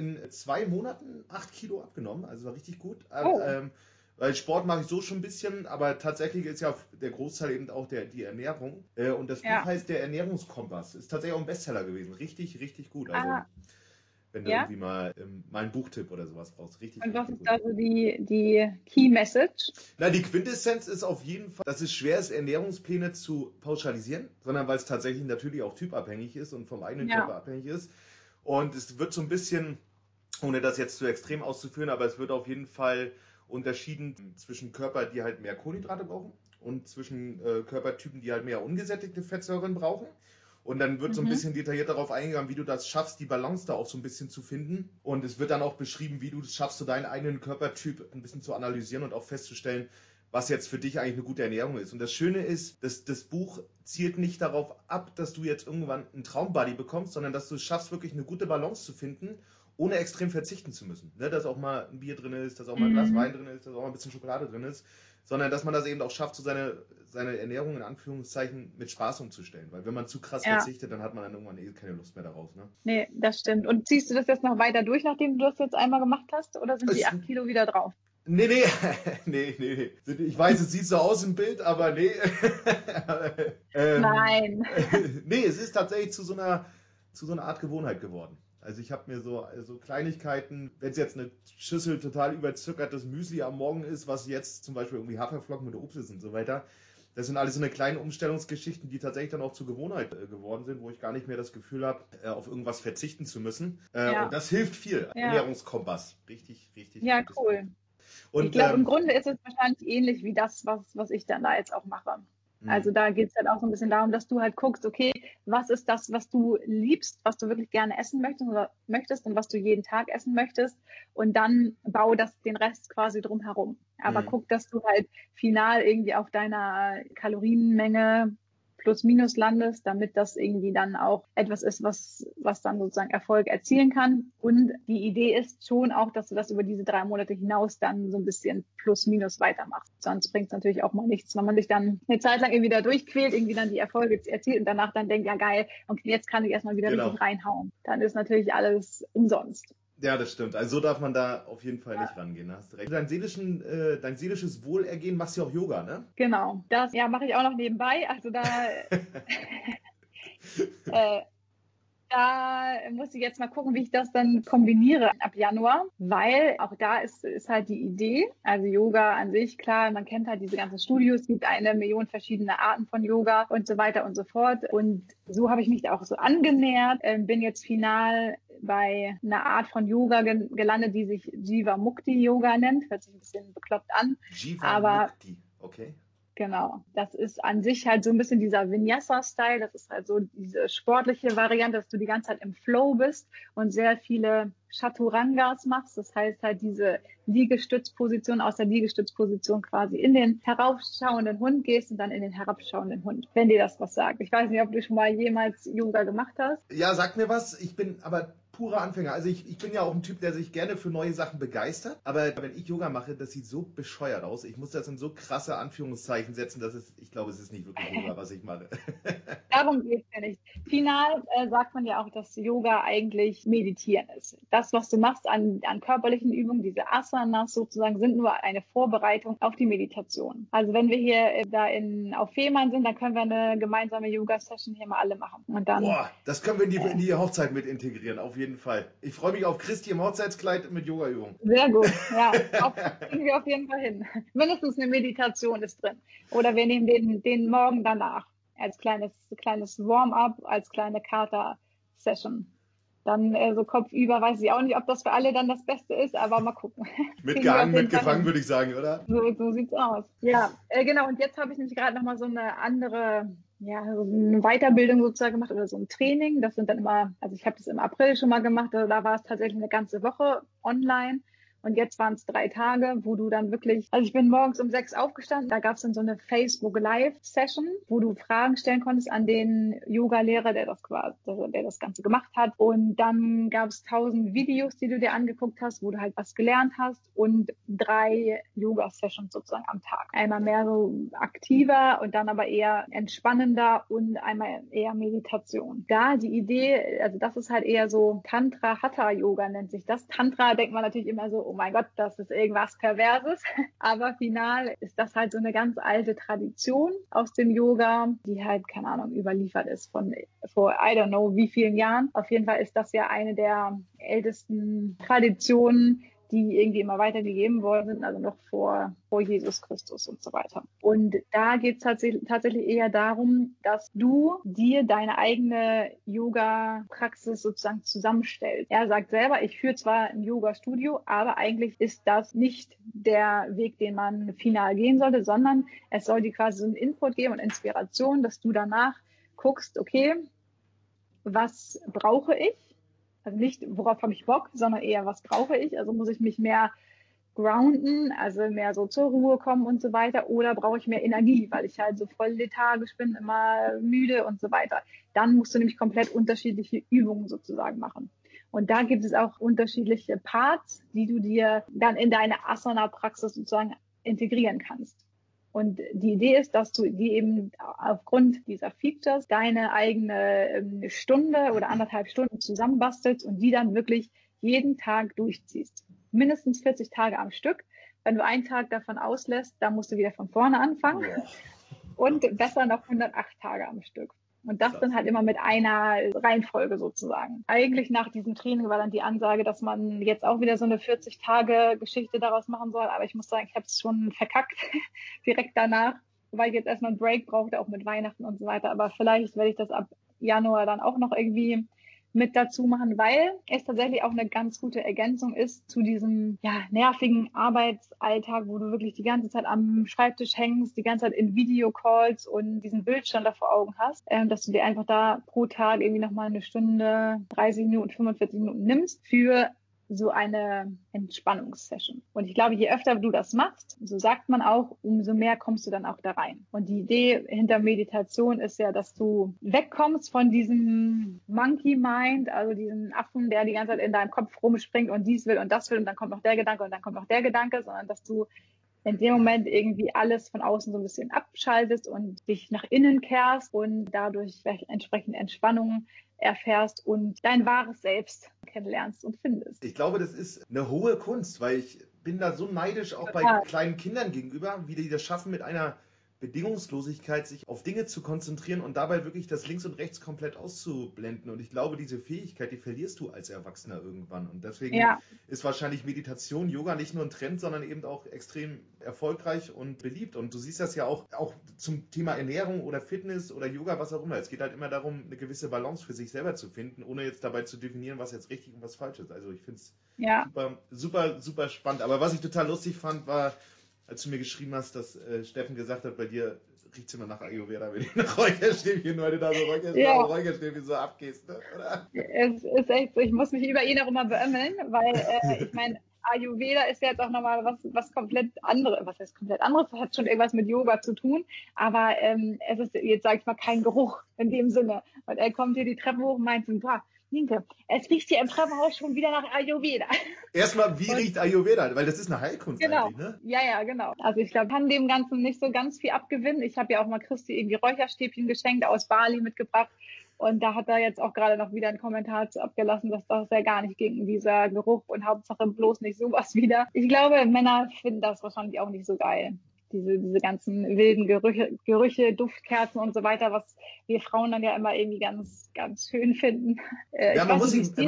2 Monaten 8 Kilo abgenommen, also war richtig gut. Weil Sport mache ich so schon ein bisschen, aber tatsächlich ist ja der Großteil eben auch die Ernährung. Und das Buch heißt Der Ernährungskompass. Ist tatsächlich auch ein Bestseller gewesen. Richtig, richtig gut. Also wenn du irgendwie mal einen Buchtipp oder sowas brauchst. Richtig. Und was richtig ist da so die Key Message? Na, die Quintessenz ist auf jeden Fall, dass es schwer ist, Ernährungspläne zu pauschalisieren, sondern weil es tatsächlich natürlich auch typabhängig ist und vom eigenen Körper abhängig ist. Und es wird so ein bisschen, ohne das jetzt zu extrem auszuführen, aber es wird auf jeden Fall unterschieden zwischen Körper, die halt mehr Kohlenhydrate brauchen und zwischen Körpertypen, die halt mehr ungesättigte Fettsäuren brauchen. Und dann wird so ein bisschen detailliert darauf eingegangen, wie du das schaffst, die Balance da auch so ein bisschen zu finden. Und es wird dann auch beschrieben, wie du es schaffst, so deinen eigenen Körpertyp ein bisschen zu analysieren und auch festzustellen, was jetzt für dich eigentlich eine gute Ernährung ist. Und das Schöne ist, dass das Buch zielt nicht darauf ab, dass du jetzt irgendwann einen Traumbody bekommst, sondern dass du es schaffst, wirklich eine gute Balance zu finden, ohne extrem verzichten zu müssen. Ne? Dass auch mal ein Bier drin ist, dass auch mal ein Glas Wein drin ist, dass auch mal ein bisschen Schokolade drin ist, sondern dass man das eben auch schafft, so seine Ernährung in Anführungszeichen mit Spaß umzustellen. Weil wenn man zu krass verzichtet, dann hat man dann irgendwann keine Lust mehr darauf. Ne? Nee, das stimmt. Und ziehst du das jetzt noch weiter durch, nachdem du das jetzt einmal gemacht hast? Oder sind die 8 Kilo wieder drauf? Nee. Ich weiß, es sieht so aus im Bild, aber nee. Nein. Nee, es ist tatsächlich zu so einer Art Gewohnheit geworden. Also ich habe mir so Kleinigkeiten, wenn es jetzt eine Schüssel total überzuckertes Müsli am Morgen ist, was jetzt zum Beispiel irgendwie Haferflocken mit Obst ist und so weiter, das sind alles so eine kleine Umstellungsgeschichten, die tatsächlich dann auch zur Gewohnheit geworden sind, wo ich gar nicht mehr das Gefühl habe, auf irgendwas verzichten zu müssen. Und das hilft viel. Ernährungskompass. Richtig. Ja, cool. Und ich glaube, im Grunde ist es wahrscheinlich ähnlich wie das, was ich dann da jetzt auch mache. Also da geht es halt auch so ein bisschen darum, dass du halt guckst, okay, was ist das, was du liebst, was du wirklich gerne essen möchtest und was du jeden Tag essen möchtest und dann bau den Rest quasi drumherum. Aber guck, dass du halt final irgendwie auf deiner Kalorienmenge Plus-Minus landest, damit das irgendwie dann auch etwas ist, was dann sozusagen Erfolg erzielen kann. Und die Idee ist schon auch, dass du das über diese 3 Monate hinaus dann so ein bisschen Plus-Minus weitermachst. Sonst bringt es natürlich auch mal nichts, wenn man sich dann eine Zeit lang irgendwie da durchquält, irgendwie dann die Erfolge erzielt und danach dann denkt, ja geil, okay, jetzt kann ich erstmal wieder richtig reinhauen. Dann ist natürlich alles umsonst. Ja, das stimmt. Also so darf man da auf jeden Fall nicht rangehen. Da hast du recht. Dein seelisches Wohlergehen machst du ja auch Yoga, ne? Genau. Das mache ich auch noch nebenbei. Also da Da muss ich jetzt mal gucken, wie ich das dann kombiniere ab Januar, weil auch da ist halt die Idee, also Yoga an sich, klar, man kennt halt diese ganzen Studios, es gibt 1 Million verschiedene Arten von Yoga und so weiter und so fort. Und so habe ich mich da auch so angenähert, bin jetzt final bei einer Art von Yoga gelandet, die sich Jivamukti Yoga nennt. Hört sich ein bisschen bekloppt an. Jivamukti, okay. Genau, das ist an sich halt so ein bisschen dieser Vinyasa-Style, das ist halt so diese sportliche Variante, dass du die ganze Zeit im Flow bist und sehr viele Chaturangas machst, das heißt halt diese Liegestützposition, aus der Liegestützposition quasi in den heraufschauenden Hund gehst und dann in den herabschauenden Hund, wenn dir das was sagt. Ich weiß nicht, ob du schon mal jemals Yoga gemacht hast. Ja, sag mir was, ich bin aber purer Anfänger. Also ich bin ja auch ein Typ, der sich gerne für neue Sachen begeistert. Aber wenn ich Yoga mache, das sieht so bescheuert aus. Ich muss das in so krasse Anführungszeichen setzen, dass ich glaube, es ist nicht wirklich Yoga, was ich mache. Darum geht es ja nicht. Final sagt man ja auch, dass Yoga eigentlich Meditieren ist. Das, was du machst an körperlichen Übungen, diese Asanas sozusagen, sind nur eine Vorbereitung auf die Meditation. Also wenn wir hier auf Fehmarn sind, dann können wir eine gemeinsame Yoga-Session hier mal alle machen. Und dann, boah, das können wir in die Hochzeit mit integrieren, auf jeden Fall. Ich freue mich auf Christi im Hochzeitskleid mit Yoga-Übungen. Sehr gut, ja, kriegen wir auf jeden Fall hin. Mindestens eine Meditation ist drin. Oder wir nehmen den Morgen danach als kleines Warm-up, als kleine Kata-Session. Dann so kopfüber, weiß ich auch nicht, ob das für alle dann das Beste ist, aber mal gucken. Mitgehangen, mitgefangen, würde ich sagen, oder? So sieht's aus. Ja, genau. Und jetzt habe ich nämlich gerade nochmal so eine andere, so eine Weiterbildung sozusagen gemacht oder so ein Training. Das sind dann immer, also ich habe das im April schon mal gemacht, also da war es tatsächlich eine ganze Woche online. Und jetzt waren es 3 Tage, wo du dann wirklich, also ich bin morgens um 6 aufgestanden, da gab es dann so eine Facebook Live Session, wo du Fragen stellen konntest an den Yoga-Lehrer, der das Ganze gemacht hat. Und dann gab es 1000 Videos, die du dir angeguckt hast, wo du halt was gelernt hast und 3 Yoga-Sessions sozusagen am Tag. Einmal mehr so aktiver und dann aber eher entspannender und einmal eher Meditation. Da die Idee, also das ist halt eher so Tantra-Hatha-Yoga nennt sich das. Tantra denkt man natürlich immer so, oh mein Gott, das ist irgendwas Perverses. Aber final ist das halt so eine ganz alte Tradition aus dem Yoga, die halt, keine Ahnung, überliefert ist von vor I don't know wie vielen Jahren. Auf jeden Fall ist das ja eine der ältesten Traditionen, die irgendwie immer weitergegeben worden sind, also noch vor Jesus Christus und so weiter. Und da geht es tatsächlich eher darum, dass du dir deine eigene Yoga-Praxis sozusagen zusammenstellst. Er sagt selber, ich führe zwar ein Yoga-Studio, aber eigentlich ist das nicht der Weg, den man final gehen sollte, sondern es soll dir quasi so einen Input geben und Inspiration, dass du danach guckst, okay, was brauche ich? Also nicht, worauf habe ich Bock, sondern eher, was brauche ich? Also muss ich mich mehr grounden, also mehr so zur Ruhe kommen und so weiter, oder brauche ich mehr Energie, weil ich halt so voll lethargisch bin, immer müde und so weiter. Dann musst du nämlich komplett unterschiedliche Übungen sozusagen machen. Und da gibt es auch unterschiedliche Parts, die du dir dann in deine Asana-Praxis sozusagen integrieren kannst. Und die Idee ist, dass du die eben aufgrund dieser Features deine eigene Stunde oder 1,5 Stunden zusammenbastelst und die dann wirklich jeden Tag durchziehst. Mindestens 40 Tage am Stück. Wenn du einen Tag davon auslässt, dann musst du wieder von vorne anfangen. Und besser noch 108 Tage am Stück. Und das dann halt immer mit einer Reihenfolge sozusagen. Eigentlich nach diesem Training war dann die Ansage, dass man jetzt auch wieder so eine 40-Tage-Geschichte daraus machen soll. Aber ich muss sagen, ich habe es schon verkackt direkt danach, weil ich jetzt erstmal einen Break brauchte, auch mit Weihnachten und so weiter. Aber vielleicht werde ich das ab Januar dann auch noch irgendwie mit dazu machen, weil es tatsächlich auch eine ganz gute Ergänzung ist zu diesem nervigen Arbeitsalltag, wo du wirklich die ganze Zeit am Schreibtisch hängst, die ganze Zeit in Videocalls und diesen Bildschirm da vor Augen hast, dass du dir einfach da pro Tag irgendwie nochmal 1 Stunde, 30 Minuten, 45 Minuten nimmst für so eine Entspannungssession. Und ich glaube, je öfter du das machst, so sagt man auch, umso mehr kommst du dann auch da rein. Und die Idee hinter Meditation ist ja, dass du wegkommst von diesem Monkey Mind, also diesen Affen, der die ganze Zeit in deinem Kopf rumspringt und dies will und das will und dann kommt noch der Gedanke und dann kommt noch der Gedanke, sondern dass du in dem Moment irgendwie alles von außen so ein bisschen abschaltest und dich nach innen kehrst und dadurch entsprechend Entspannung erfährst und dein wahres Selbst kennenlernst und findest. Ich glaube, das ist eine hohe Kunst, weil ich bin da so neidisch auch bei kleinen Kindern gegenüber, wie die das schaffen, mit einer Bedingungslosigkeit sich auf Dinge zu konzentrieren und dabei wirklich das Links und Rechts komplett auszublenden. Und ich glaube, diese Fähigkeit, die verlierst du als Erwachsener irgendwann. Und deswegen ist wahrscheinlich Meditation, Yoga nicht nur ein Trend, sondern eben auch extrem erfolgreich und beliebt. Und du siehst das ja auch zum Thema Ernährung oder Fitness oder Yoga, was auch immer. Es geht halt immer darum, eine gewisse Balance für sich selber zu finden, ohne jetzt dabei zu definieren, was jetzt richtig und was falsch ist. Also ich finde es super, super, super spannend. Aber was ich total lustig fand, war, als du mir geschrieben hast, dass Steffen gesagt hat, bei dir riecht es immer nach Ayurveda, wenn ich nach Räucherstäbchen, weil du da so Räucherstäbchen so abgehst, ne? Oder? Es ist echt so, ich muss mich über ihn auch immer beömmeln, weil ich meine, Ayurveda ist ja jetzt auch nochmal was komplett anderes. Was heißt komplett anderes? Das hat schon irgendwas mit Yoga zu tun, aber es ist jetzt, sag ich mal, kein Geruch in dem Sinne. Und er kommt hier die Treppe hoch und meint so, boah, Nienke, es riecht hier im Treppenhaus schon wieder nach Ayurveda. Erstmal, wie riecht Ayurveda? Weil das ist eine Heilkunst eigentlich, ne? Ja, genau. Also ich glaube, ich kann dem Ganzen nicht so ganz viel abgewinnen. Ich habe ja auch mal Christi irgendwie Räucherstäbchen geschenkt, aus Bali mitgebracht. Und da hat er jetzt auch gerade noch wieder einen Kommentar zu abgelassen, dass das ja gar nicht ging, dieser Geruch und Hauptsache bloß nicht sowas wieder. Ich glaube, Männer finden das wahrscheinlich auch nicht so geil. Diese ganzen wilden Gerüche, Duftkerzen und so weiter, was wir Frauen dann ja immer irgendwie ganz, ganz schön finden. Aber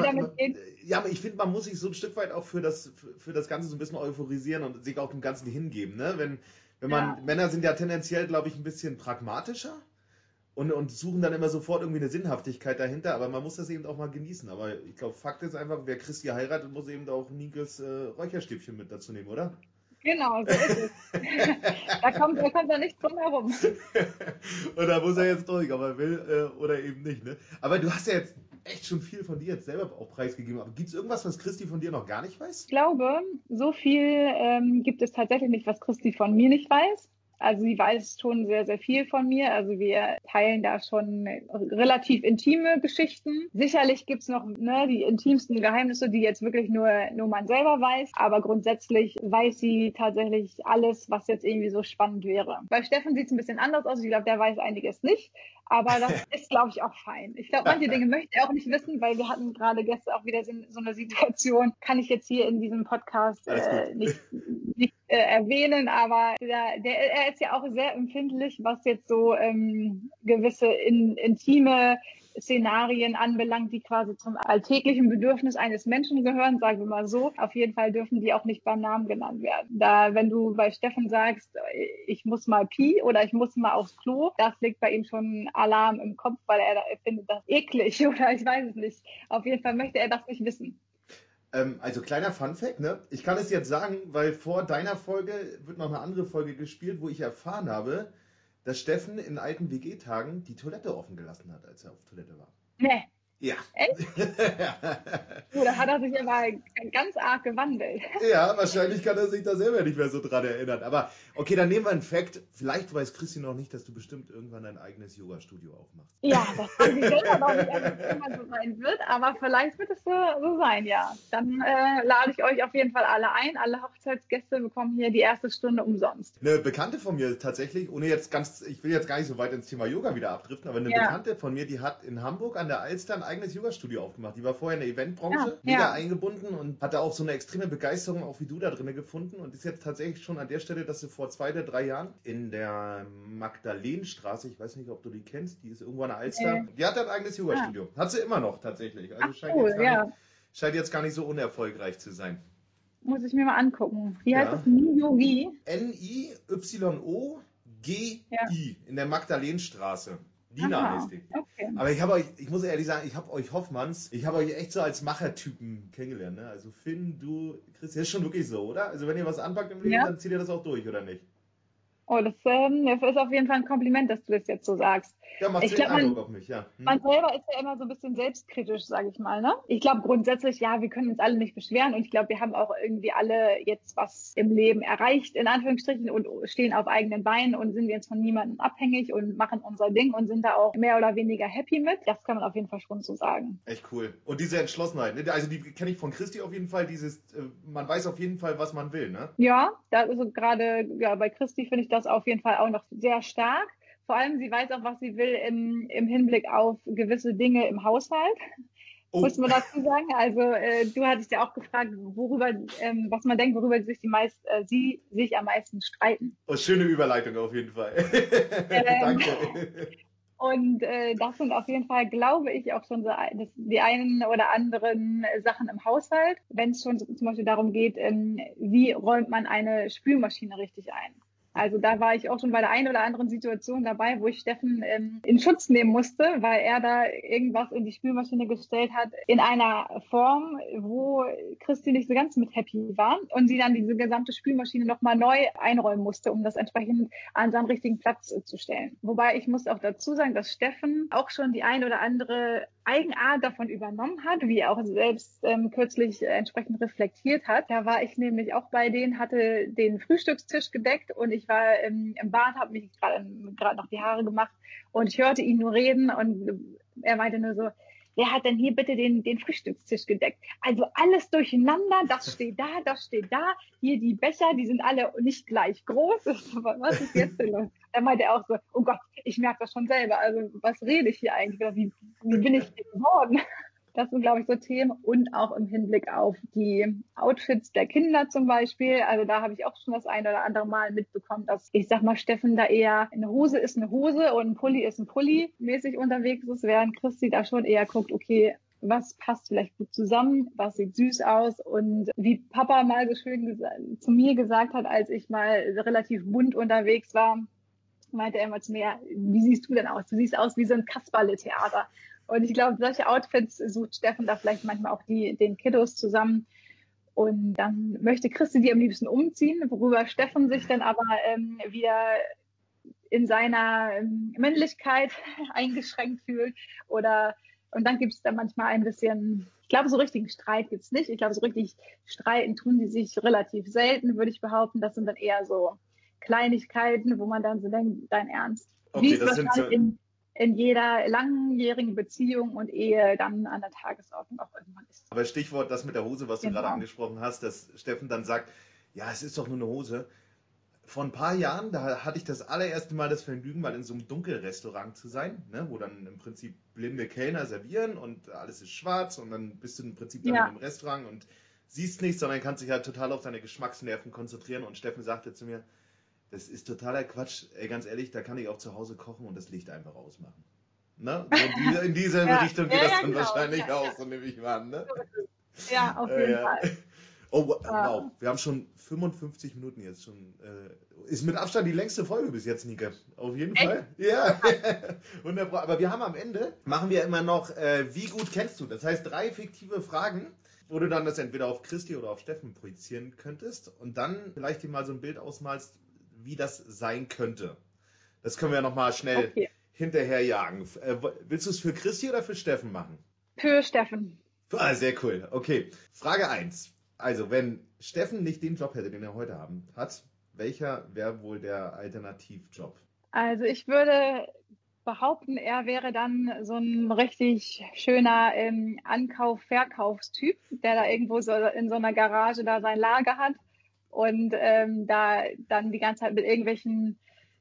ich finde, man muss sich so ein Stück weit auch für das Ganze so ein bisschen euphorisieren und sich auch dem Ganzen hingeben. Ne? Wenn man, Männer sind ja tendenziell, glaube ich, ein bisschen pragmatischer und suchen dann immer sofort irgendwie eine Sinnhaftigkeit dahinter, aber man muss das eben auch mal genießen. Aber ich glaube, Fakt ist einfach, wer Christi heiratet, muss eben auch Ninkes Räucherstäbchen mit dazu nehmen, oder? Genau, so ist es. Da kommt er nicht drum herum. Und da muss er jetzt durch, ob er will oder eben nicht. Ne? Aber du hast ja jetzt echt schon viel von dir jetzt selber auch preisgegeben. Aber gibt es irgendwas, was Christi von dir noch gar nicht weiß? Ich glaube, so viel gibt es tatsächlich nicht, was Christi von mir nicht weiß. Also sie weiß schon sehr, sehr viel von mir. Also wir teilen da schon relativ intime Geschichten. Sicherlich gibt's noch die intimsten Geheimnisse, die jetzt wirklich nur man selber weiß. Aber grundsätzlich weiß sie tatsächlich alles, was jetzt irgendwie so spannend wäre. Bei Steffen sieht's ein bisschen anders aus. Ich glaube, der weiß einiges nicht. Aber das ist, glaube ich, auch fein. Ich glaube, manche Dinge möchte er auch nicht wissen, weil wir hatten gerade gestern auch wieder so eine Situation, kann ich jetzt hier in diesem Podcast nicht erwähnen, aber er ist ja auch sehr empfindlich, was jetzt so gewisse intime Szenarien anbelangt, die quasi zum alltäglichen Bedürfnis eines Menschen gehören, sagen wir mal so. Auf jeden Fall dürfen die auch nicht beim Namen genannt werden. Da, wenn du bei Steffen sagst, ich muss mal Pi oder ich muss mal aufs Klo, das legt bei ihm schon Alarm im Kopf, weil er findet das eklig oder ich weiß es nicht. Auf jeden Fall möchte er das nicht wissen. Also kleiner Funfact, ne? Ich kann es jetzt sagen, weil vor deiner Folge wird noch eine andere Folge gespielt, wo ich erfahren habe, dass Steffen in alten WG-Tagen die Toilette offen gelassen hat, als er auf Toilette war. Nee. Ja. Echt? Da hat er sich aber ganz arg gewandelt. Ja, wahrscheinlich kann er sich da selber nicht mehr so dran erinnern. Aber okay, dann nehmen wir einen Fact. Vielleicht weiß Christi noch nicht, dass du bestimmt irgendwann ein eigenes Yoga-Studio aufmachst. Ja, das weiß ich selber noch nicht, ob es irgendwann so sein wird, aber vielleicht wird es so sein, ja. Dann lade ich euch auf jeden Fall alle ein. Alle Hochzeitsgäste bekommen hier die erste Stunde umsonst. Eine Bekannte von mir tatsächlich, ich will jetzt gar nicht so weit ins Thema Yoga wieder abdriften, aber eine Bekannte von mir, die hat in Hamburg an der Alster ein eigenes Yoga-Studio aufgemacht. Die war vorher in der Eventbranche, mega eingebunden und hatte auch so eine extreme Begeisterung, auch wie du da drin gefunden und ist jetzt tatsächlich schon an der Stelle, dass sie vor 2 oder 3 Jahren in der Magdalenenstraße, ich weiß nicht, ob du die kennst, die ist irgendwo an der Alster, die hat ein eigenes Yoga-Studio. Hat sie immer noch tatsächlich. Also scheint jetzt gar nicht so unerfolgreich zu sein. Muss ich mir mal angucken. Wie heißt das? Niyogi? Niyoggi in der Magdalenenstraße. Dina heißt die. Okay. Aber ich muss ehrlich sagen, ich habe euch Hoffmanns, ich habe euch echt so als Machertypen kennengelernt. Ne? Also Finn, du, Chris, das ist schon wirklich so, oder? Also wenn ihr was anpackt im Leben, dann zieht ihr das auch durch, oder nicht? Oh, das ist auf jeden Fall ein Kompliment, dass du das jetzt so sagst. Ja, macht Ich sehr glaube, Eindruck auf mich, ja. man selber ist ja immer so ein bisschen selbstkritisch, sage ich mal, ne? Ich glaube grundsätzlich, ja, wir können uns alle nicht beschweren und ich glaube, wir haben auch irgendwie alle jetzt was im Leben erreicht, in Anführungsstrichen, und stehen auf eigenen Beinen und sind jetzt von niemandem abhängig und machen unser Ding und sind da auch mehr oder weniger happy mit. Das kann man auf jeden Fall schon so sagen. Echt cool. Und diese Entschlossenheit, ne? Also die kenne ich von Christi auf jeden Fall, man weiß auf jeden Fall, was man will, ne? Ja, da ist so gerade, ja, bei Christi finde ich das auf jeden Fall auch noch sehr stark. Vor allem, sie weiß auch, was sie will im Hinblick auf gewisse Dinge im Haushalt. Muss Oh, man dazu sagen. Also du hattest ja auch gefragt, was man denkt, worüber sie sich am meisten streiten. oh, schöne Überleitung auf jeden Fall. Ähm, Danke. und das sind auf jeden Fall, glaube ich, auch schon so die einen oder anderen Sachen im Haushalt, wenn es schon zum Beispiel darum geht, wie räumt man eine Spülmaschine richtig ein. Also da war ich auch schon bei der einen oder anderen Situation dabei, wo ich Steffen in Schutz nehmen musste, weil er da irgendwas in die Spülmaschine gestellt hat in einer Form, wo Christi nicht so ganz mit happy war und sie dann diese gesamte Spülmaschine nochmal neu einräumen musste, um das entsprechend an seinen richtigen Platz zu stellen. Wobei ich muss auch dazu sagen, dass Steffen auch schon die ein oder andere Eigenart davon übernommen hat, wie er auch selbst kürzlich entsprechend reflektiert hat. Da war ich nämlich auch bei denen, hatte den Frühstückstisch gedeckt und ich war im Bad, habe mich gerade noch die Haare gemacht und ich hörte ihn nur reden und er meinte nur so, wer hat denn hier bitte den Frühstückstisch gedeckt? Also alles durcheinander, das steht da, hier die Becher, die sind alle nicht gleich groß. Was ist jetzt denn los? Da meinte er auch so, oh Gott, ich merke das schon selber, also was rede ich hier eigentlich? Wie bin ich hier geworden? Das sind, glaube ich, so Themen und auch im Hinblick auf die Outfits der Kinder zum Beispiel. Also da habe ich auch schon das eine oder andere Mal mitbekommen, dass ich sag mal, Steffen da eher eine Hose ist eine Hose und ein Pulli ist ein Pulli mäßig unterwegs ist, während Christi da schon eher guckt, okay, was passt vielleicht gut zusammen, was sieht süß aus und wie Papa mal so schön zu mir gesagt hat, als ich mal relativ bunt unterwegs war, meinte er immer zu mir, wie siehst du denn aus? Du siehst aus wie so ein Kasperle-Theater. Und ich glaube, solche Outfits sucht Steffen da vielleicht manchmal auch den Kiddos zusammen. Und dann möchte Christi die am liebsten umziehen, worüber Steffen sich dann aber wieder in seiner Männlichkeit eingeschränkt fühlt. Und dann gibt es da manchmal ein bisschen, ich glaube, so richtigen Streit gibt es nicht. Ich glaube, so richtig streiten tun die sich relativ selten, würde ich behaupten. Das sind dann eher so Kleinigkeiten, wo man dann so denkt, dein Ernst. Wie Okay, es das sind so. wahrscheinlich in jeder langjährigen Beziehung und Ehe dann an der Tagesordnung auch irgendwann ist. Aber Stichwort das mit der Hose, was du gerade Genau. angesprochen hast, dass Steffen dann sagt, ja, es ist doch nur eine Hose. Vor ein paar Jahren, da hatte ich das allererste Mal das Vergnügen, mal in so einem Dunkelrestaurant zu sein, ne, wo dann im Prinzip blinde Kellner servieren und alles ist schwarz und dann bist du im Prinzip dann in Ja, einem Restaurant und siehst nichts, sondern kannst dich halt total auf deine Geschmacksnerven konzentrieren. Und Steffen sagte zu mir, das ist totaler Quatsch, ey, ganz ehrlich, da kann ich auch zu Hause kochen und das Licht einfach ausmachen. Ne? So in diese ja, Richtung geht das dann genau. wahrscheinlich Ja, auch, so nehme ich mal an. Ne? ja, auf jeden Ja. Fall. Oh, wow, Ja. wir haben schon 55 Minuten jetzt schon. Ist mit Abstand die längste Folge bis jetzt, Nike. Auf jeden Echt? Fall. Ja, wunderbar. Aber wir haben am Ende, machen wir immer noch, wie gut kennst du? Das heißt, 3 fiktive Fragen, wo du dann das entweder auf Christi oder auf Steffen projizieren könntest und dann vielleicht dir mal so ein Bild ausmalst, wie das sein könnte. Das können wir nochmal schnell Okay. hinterherjagen. Willst du es für Christi oder für Steffen machen? Für Steffen. Ah, sehr cool. Okay. Frage 1. Also, wenn Steffen nicht den Job hätte, den er heute hat, welcher wäre wohl der Alternativjob? Also ich würde behaupten, er wäre dann so ein richtig schöner Ankauf-Verkaufstyp, der da irgendwo so in so einer Garage da sein Lager hat und da dann die ganze Zeit mit irgendwelchen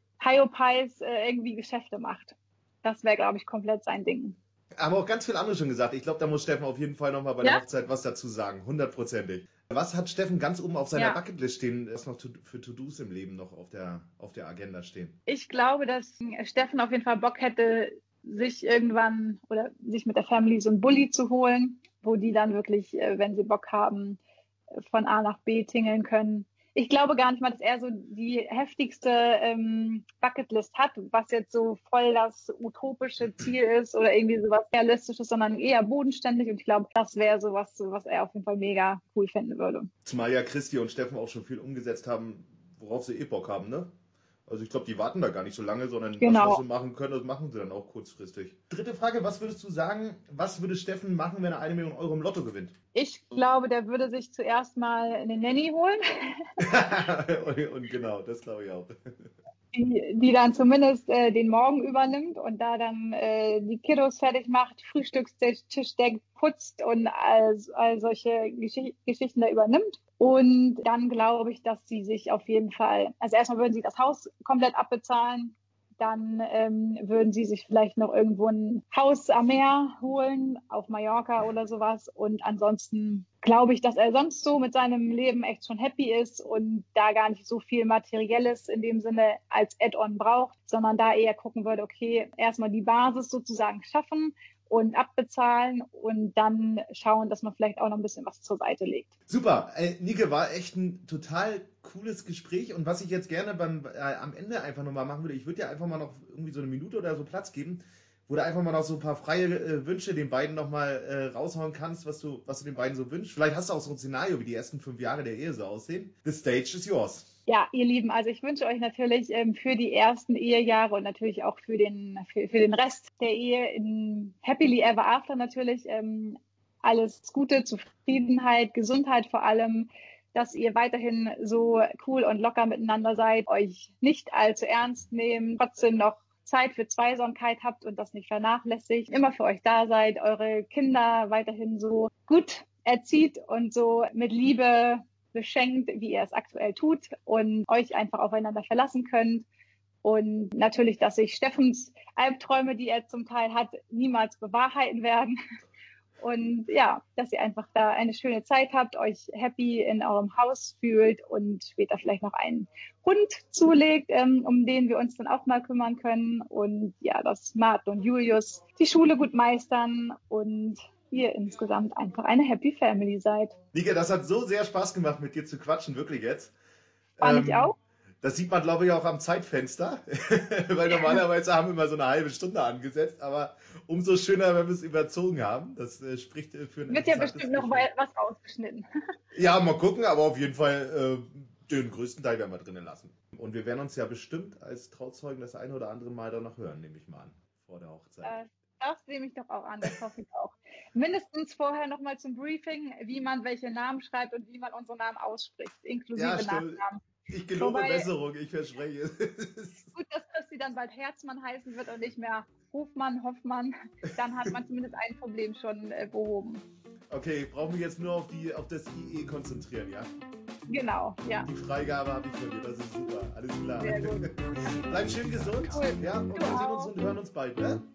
Hiopies irgendwie Geschäfte macht. Das wäre, glaube ich, komplett sein Ding. Haben auch ganz viele andere schon gesagt. Ich glaube, da muss Steffen auf jeden Fall nochmal bei der Ja, Hochzeit was dazu sagen. 100%ig. Was hat Steffen ganz oben auf seiner ja. Bucketlist stehen, was noch für To-Dos im Leben noch auf der Agenda stehen? Ich glaube, dass Steffen auf jeden Fall Bock hätte, sich irgendwann oder sich mit der Family so einen Bulli zu holen, wo die dann wirklich, wenn sie Bock haben, von A nach B tingeln können. Ich glaube gar nicht mal, dass er so die heftigste Bucketlist hat, was jetzt so voll das utopische Ziel ist oder irgendwie sowas Realistisches, sondern eher bodenständig. Und ich glaube, das wäre sowas, was er auf jeden Fall mega cool finden würde. Zumal ja Christi und Steffen auch schon viel umgesetzt haben, worauf sie eh Bock haben, ne? Also ich glaube, die warten da gar nicht so lange, sondern Genau. was sie machen können, das machen sie dann auch kurzfristig. Dritte Frage, was würdest du sagen, was würde Steffen machen, wenn er 1 Million Euro im Lotto gewinnt? Ich glaube, der würde sich zuerst mal eine Nanny holen. Und genau, das glaube ich auch. Die dann zumindest den Morgen übernimmt und da dann die Kiddos fertig macht, Frühstückstisch deckt, putzt und all solche Geschichten da übernimmt. Und dann glaube ich, dass sie sich auf jeden Fall, also erstmal würden sie das Haus komplett abbezahlen, dann würden sie sich vielleicht noch irgendwo ein Haus am Meer holen, auf Mallorca oder sowas. Und ansonsten glaube ich, dass er sonst so mit seinem Leben echt schon happy ist und da gar nicht so viel Materielles in dem Sinne als Add-on braucht, sondern da eher gucken würde, okay, erstmal die Basis sozusagen schaffen und abbezahlen und dann schauen, dass man vielleicht auch noch ein bisschen was zur Seite legt. Super, Nike, war echt ein total cooles Gespräch und was ich jetzt gerne am Ende einfach nochmal machen würde, ich würde dir einfach mal noch irgendwie so 1 Minute oder so Platz geben, wo du einfach mal noch so ein paar freie Wünsche den beiden nochmal raushauen kannst, was du den beiden so wünschst. Vielleicht hast du auch so ein Szenario, wie die ersten 5 Jahre der Ehe so aussehen. The stage is yours. Ja, ihr Lieben, also ich wünsche euch natürlich für die ersten Ehejahre und natürlich auch für den Rest der Ehe in Happily Ever After natürlich alles Gute, Zufriedenheit, Gesundheit vor allem, dass ihr weiterhin so cool und locker miteinander seid, euch nicht allzu ernst nehmen, trotzdem noch Zeit für Zweisamkeit habt und das nicht vernachlässigt, immer für euch da seid, eure Kinder weiterhin so gut erzieht und so mit Liebe beschenkt, wie ihr es aktuell tut und euch einfach aufeinander verlassen könnt. Und natürlich, dass sich Steffens Albträume, die er zum Teil hat, niemals bewahrheiten werden. Und ja, dass ihr einfach da eine schöne Zeit habt, euch happy in eurem Haus fühlt und später vielleicht noch einen Hund zulegt, um den wir uns dann auch mal kümmern können. Und ja, dass Martin und Julius die Schule gut meistern und ihr insgesamt einfach eine Happy Family seid. Nike, das hat so sehr Spaß gemacht, mit dir zu quatschen, wirklich jetzt. Fand ich auch. Das sieht man, glaube ich, auch am Zeitfenster, weil normalerweise haben wir immer so eine halbe Stunde angesetzt, aber umso schöner, wenn wir es überzogen haben. Das spricht für ein Wird ja bestimmt noch was rausgeschnitten. Ja, mal gucken, aber auf jeden Fall den größten Teil werden wir drinnen lassen. Und wir werden uns ja bestimmt als Trauzeugen das eine oder andere Mal dann noch hören, nehme ich mal an, vor der Hochzeit. Das nehme ich doch auch an, das hoffe ich auch. Mindestens vorher nochmal zum Briefing, wie man welche Namen schreibt und wie man unsere Namen ausspricht, inklusive Nachnamen. Ich gelobe Besserung, ich verspreche. Gut, dass Christi dann bald Herzmann heißen wird und nicht mehr Hofmann, Hoffmann. Dann hat man zumindest ein Problem schon behoben. Okay, ich brauche mich jetzt nur auf das IE konzentrieren, ja? Genau, ja. Die Freigabe habe ich von dir, das ist super, alles klar. Sehr gut. Bleib schön gesund, Cool. Ja, und wir sehen uns und hören uns bald, ne?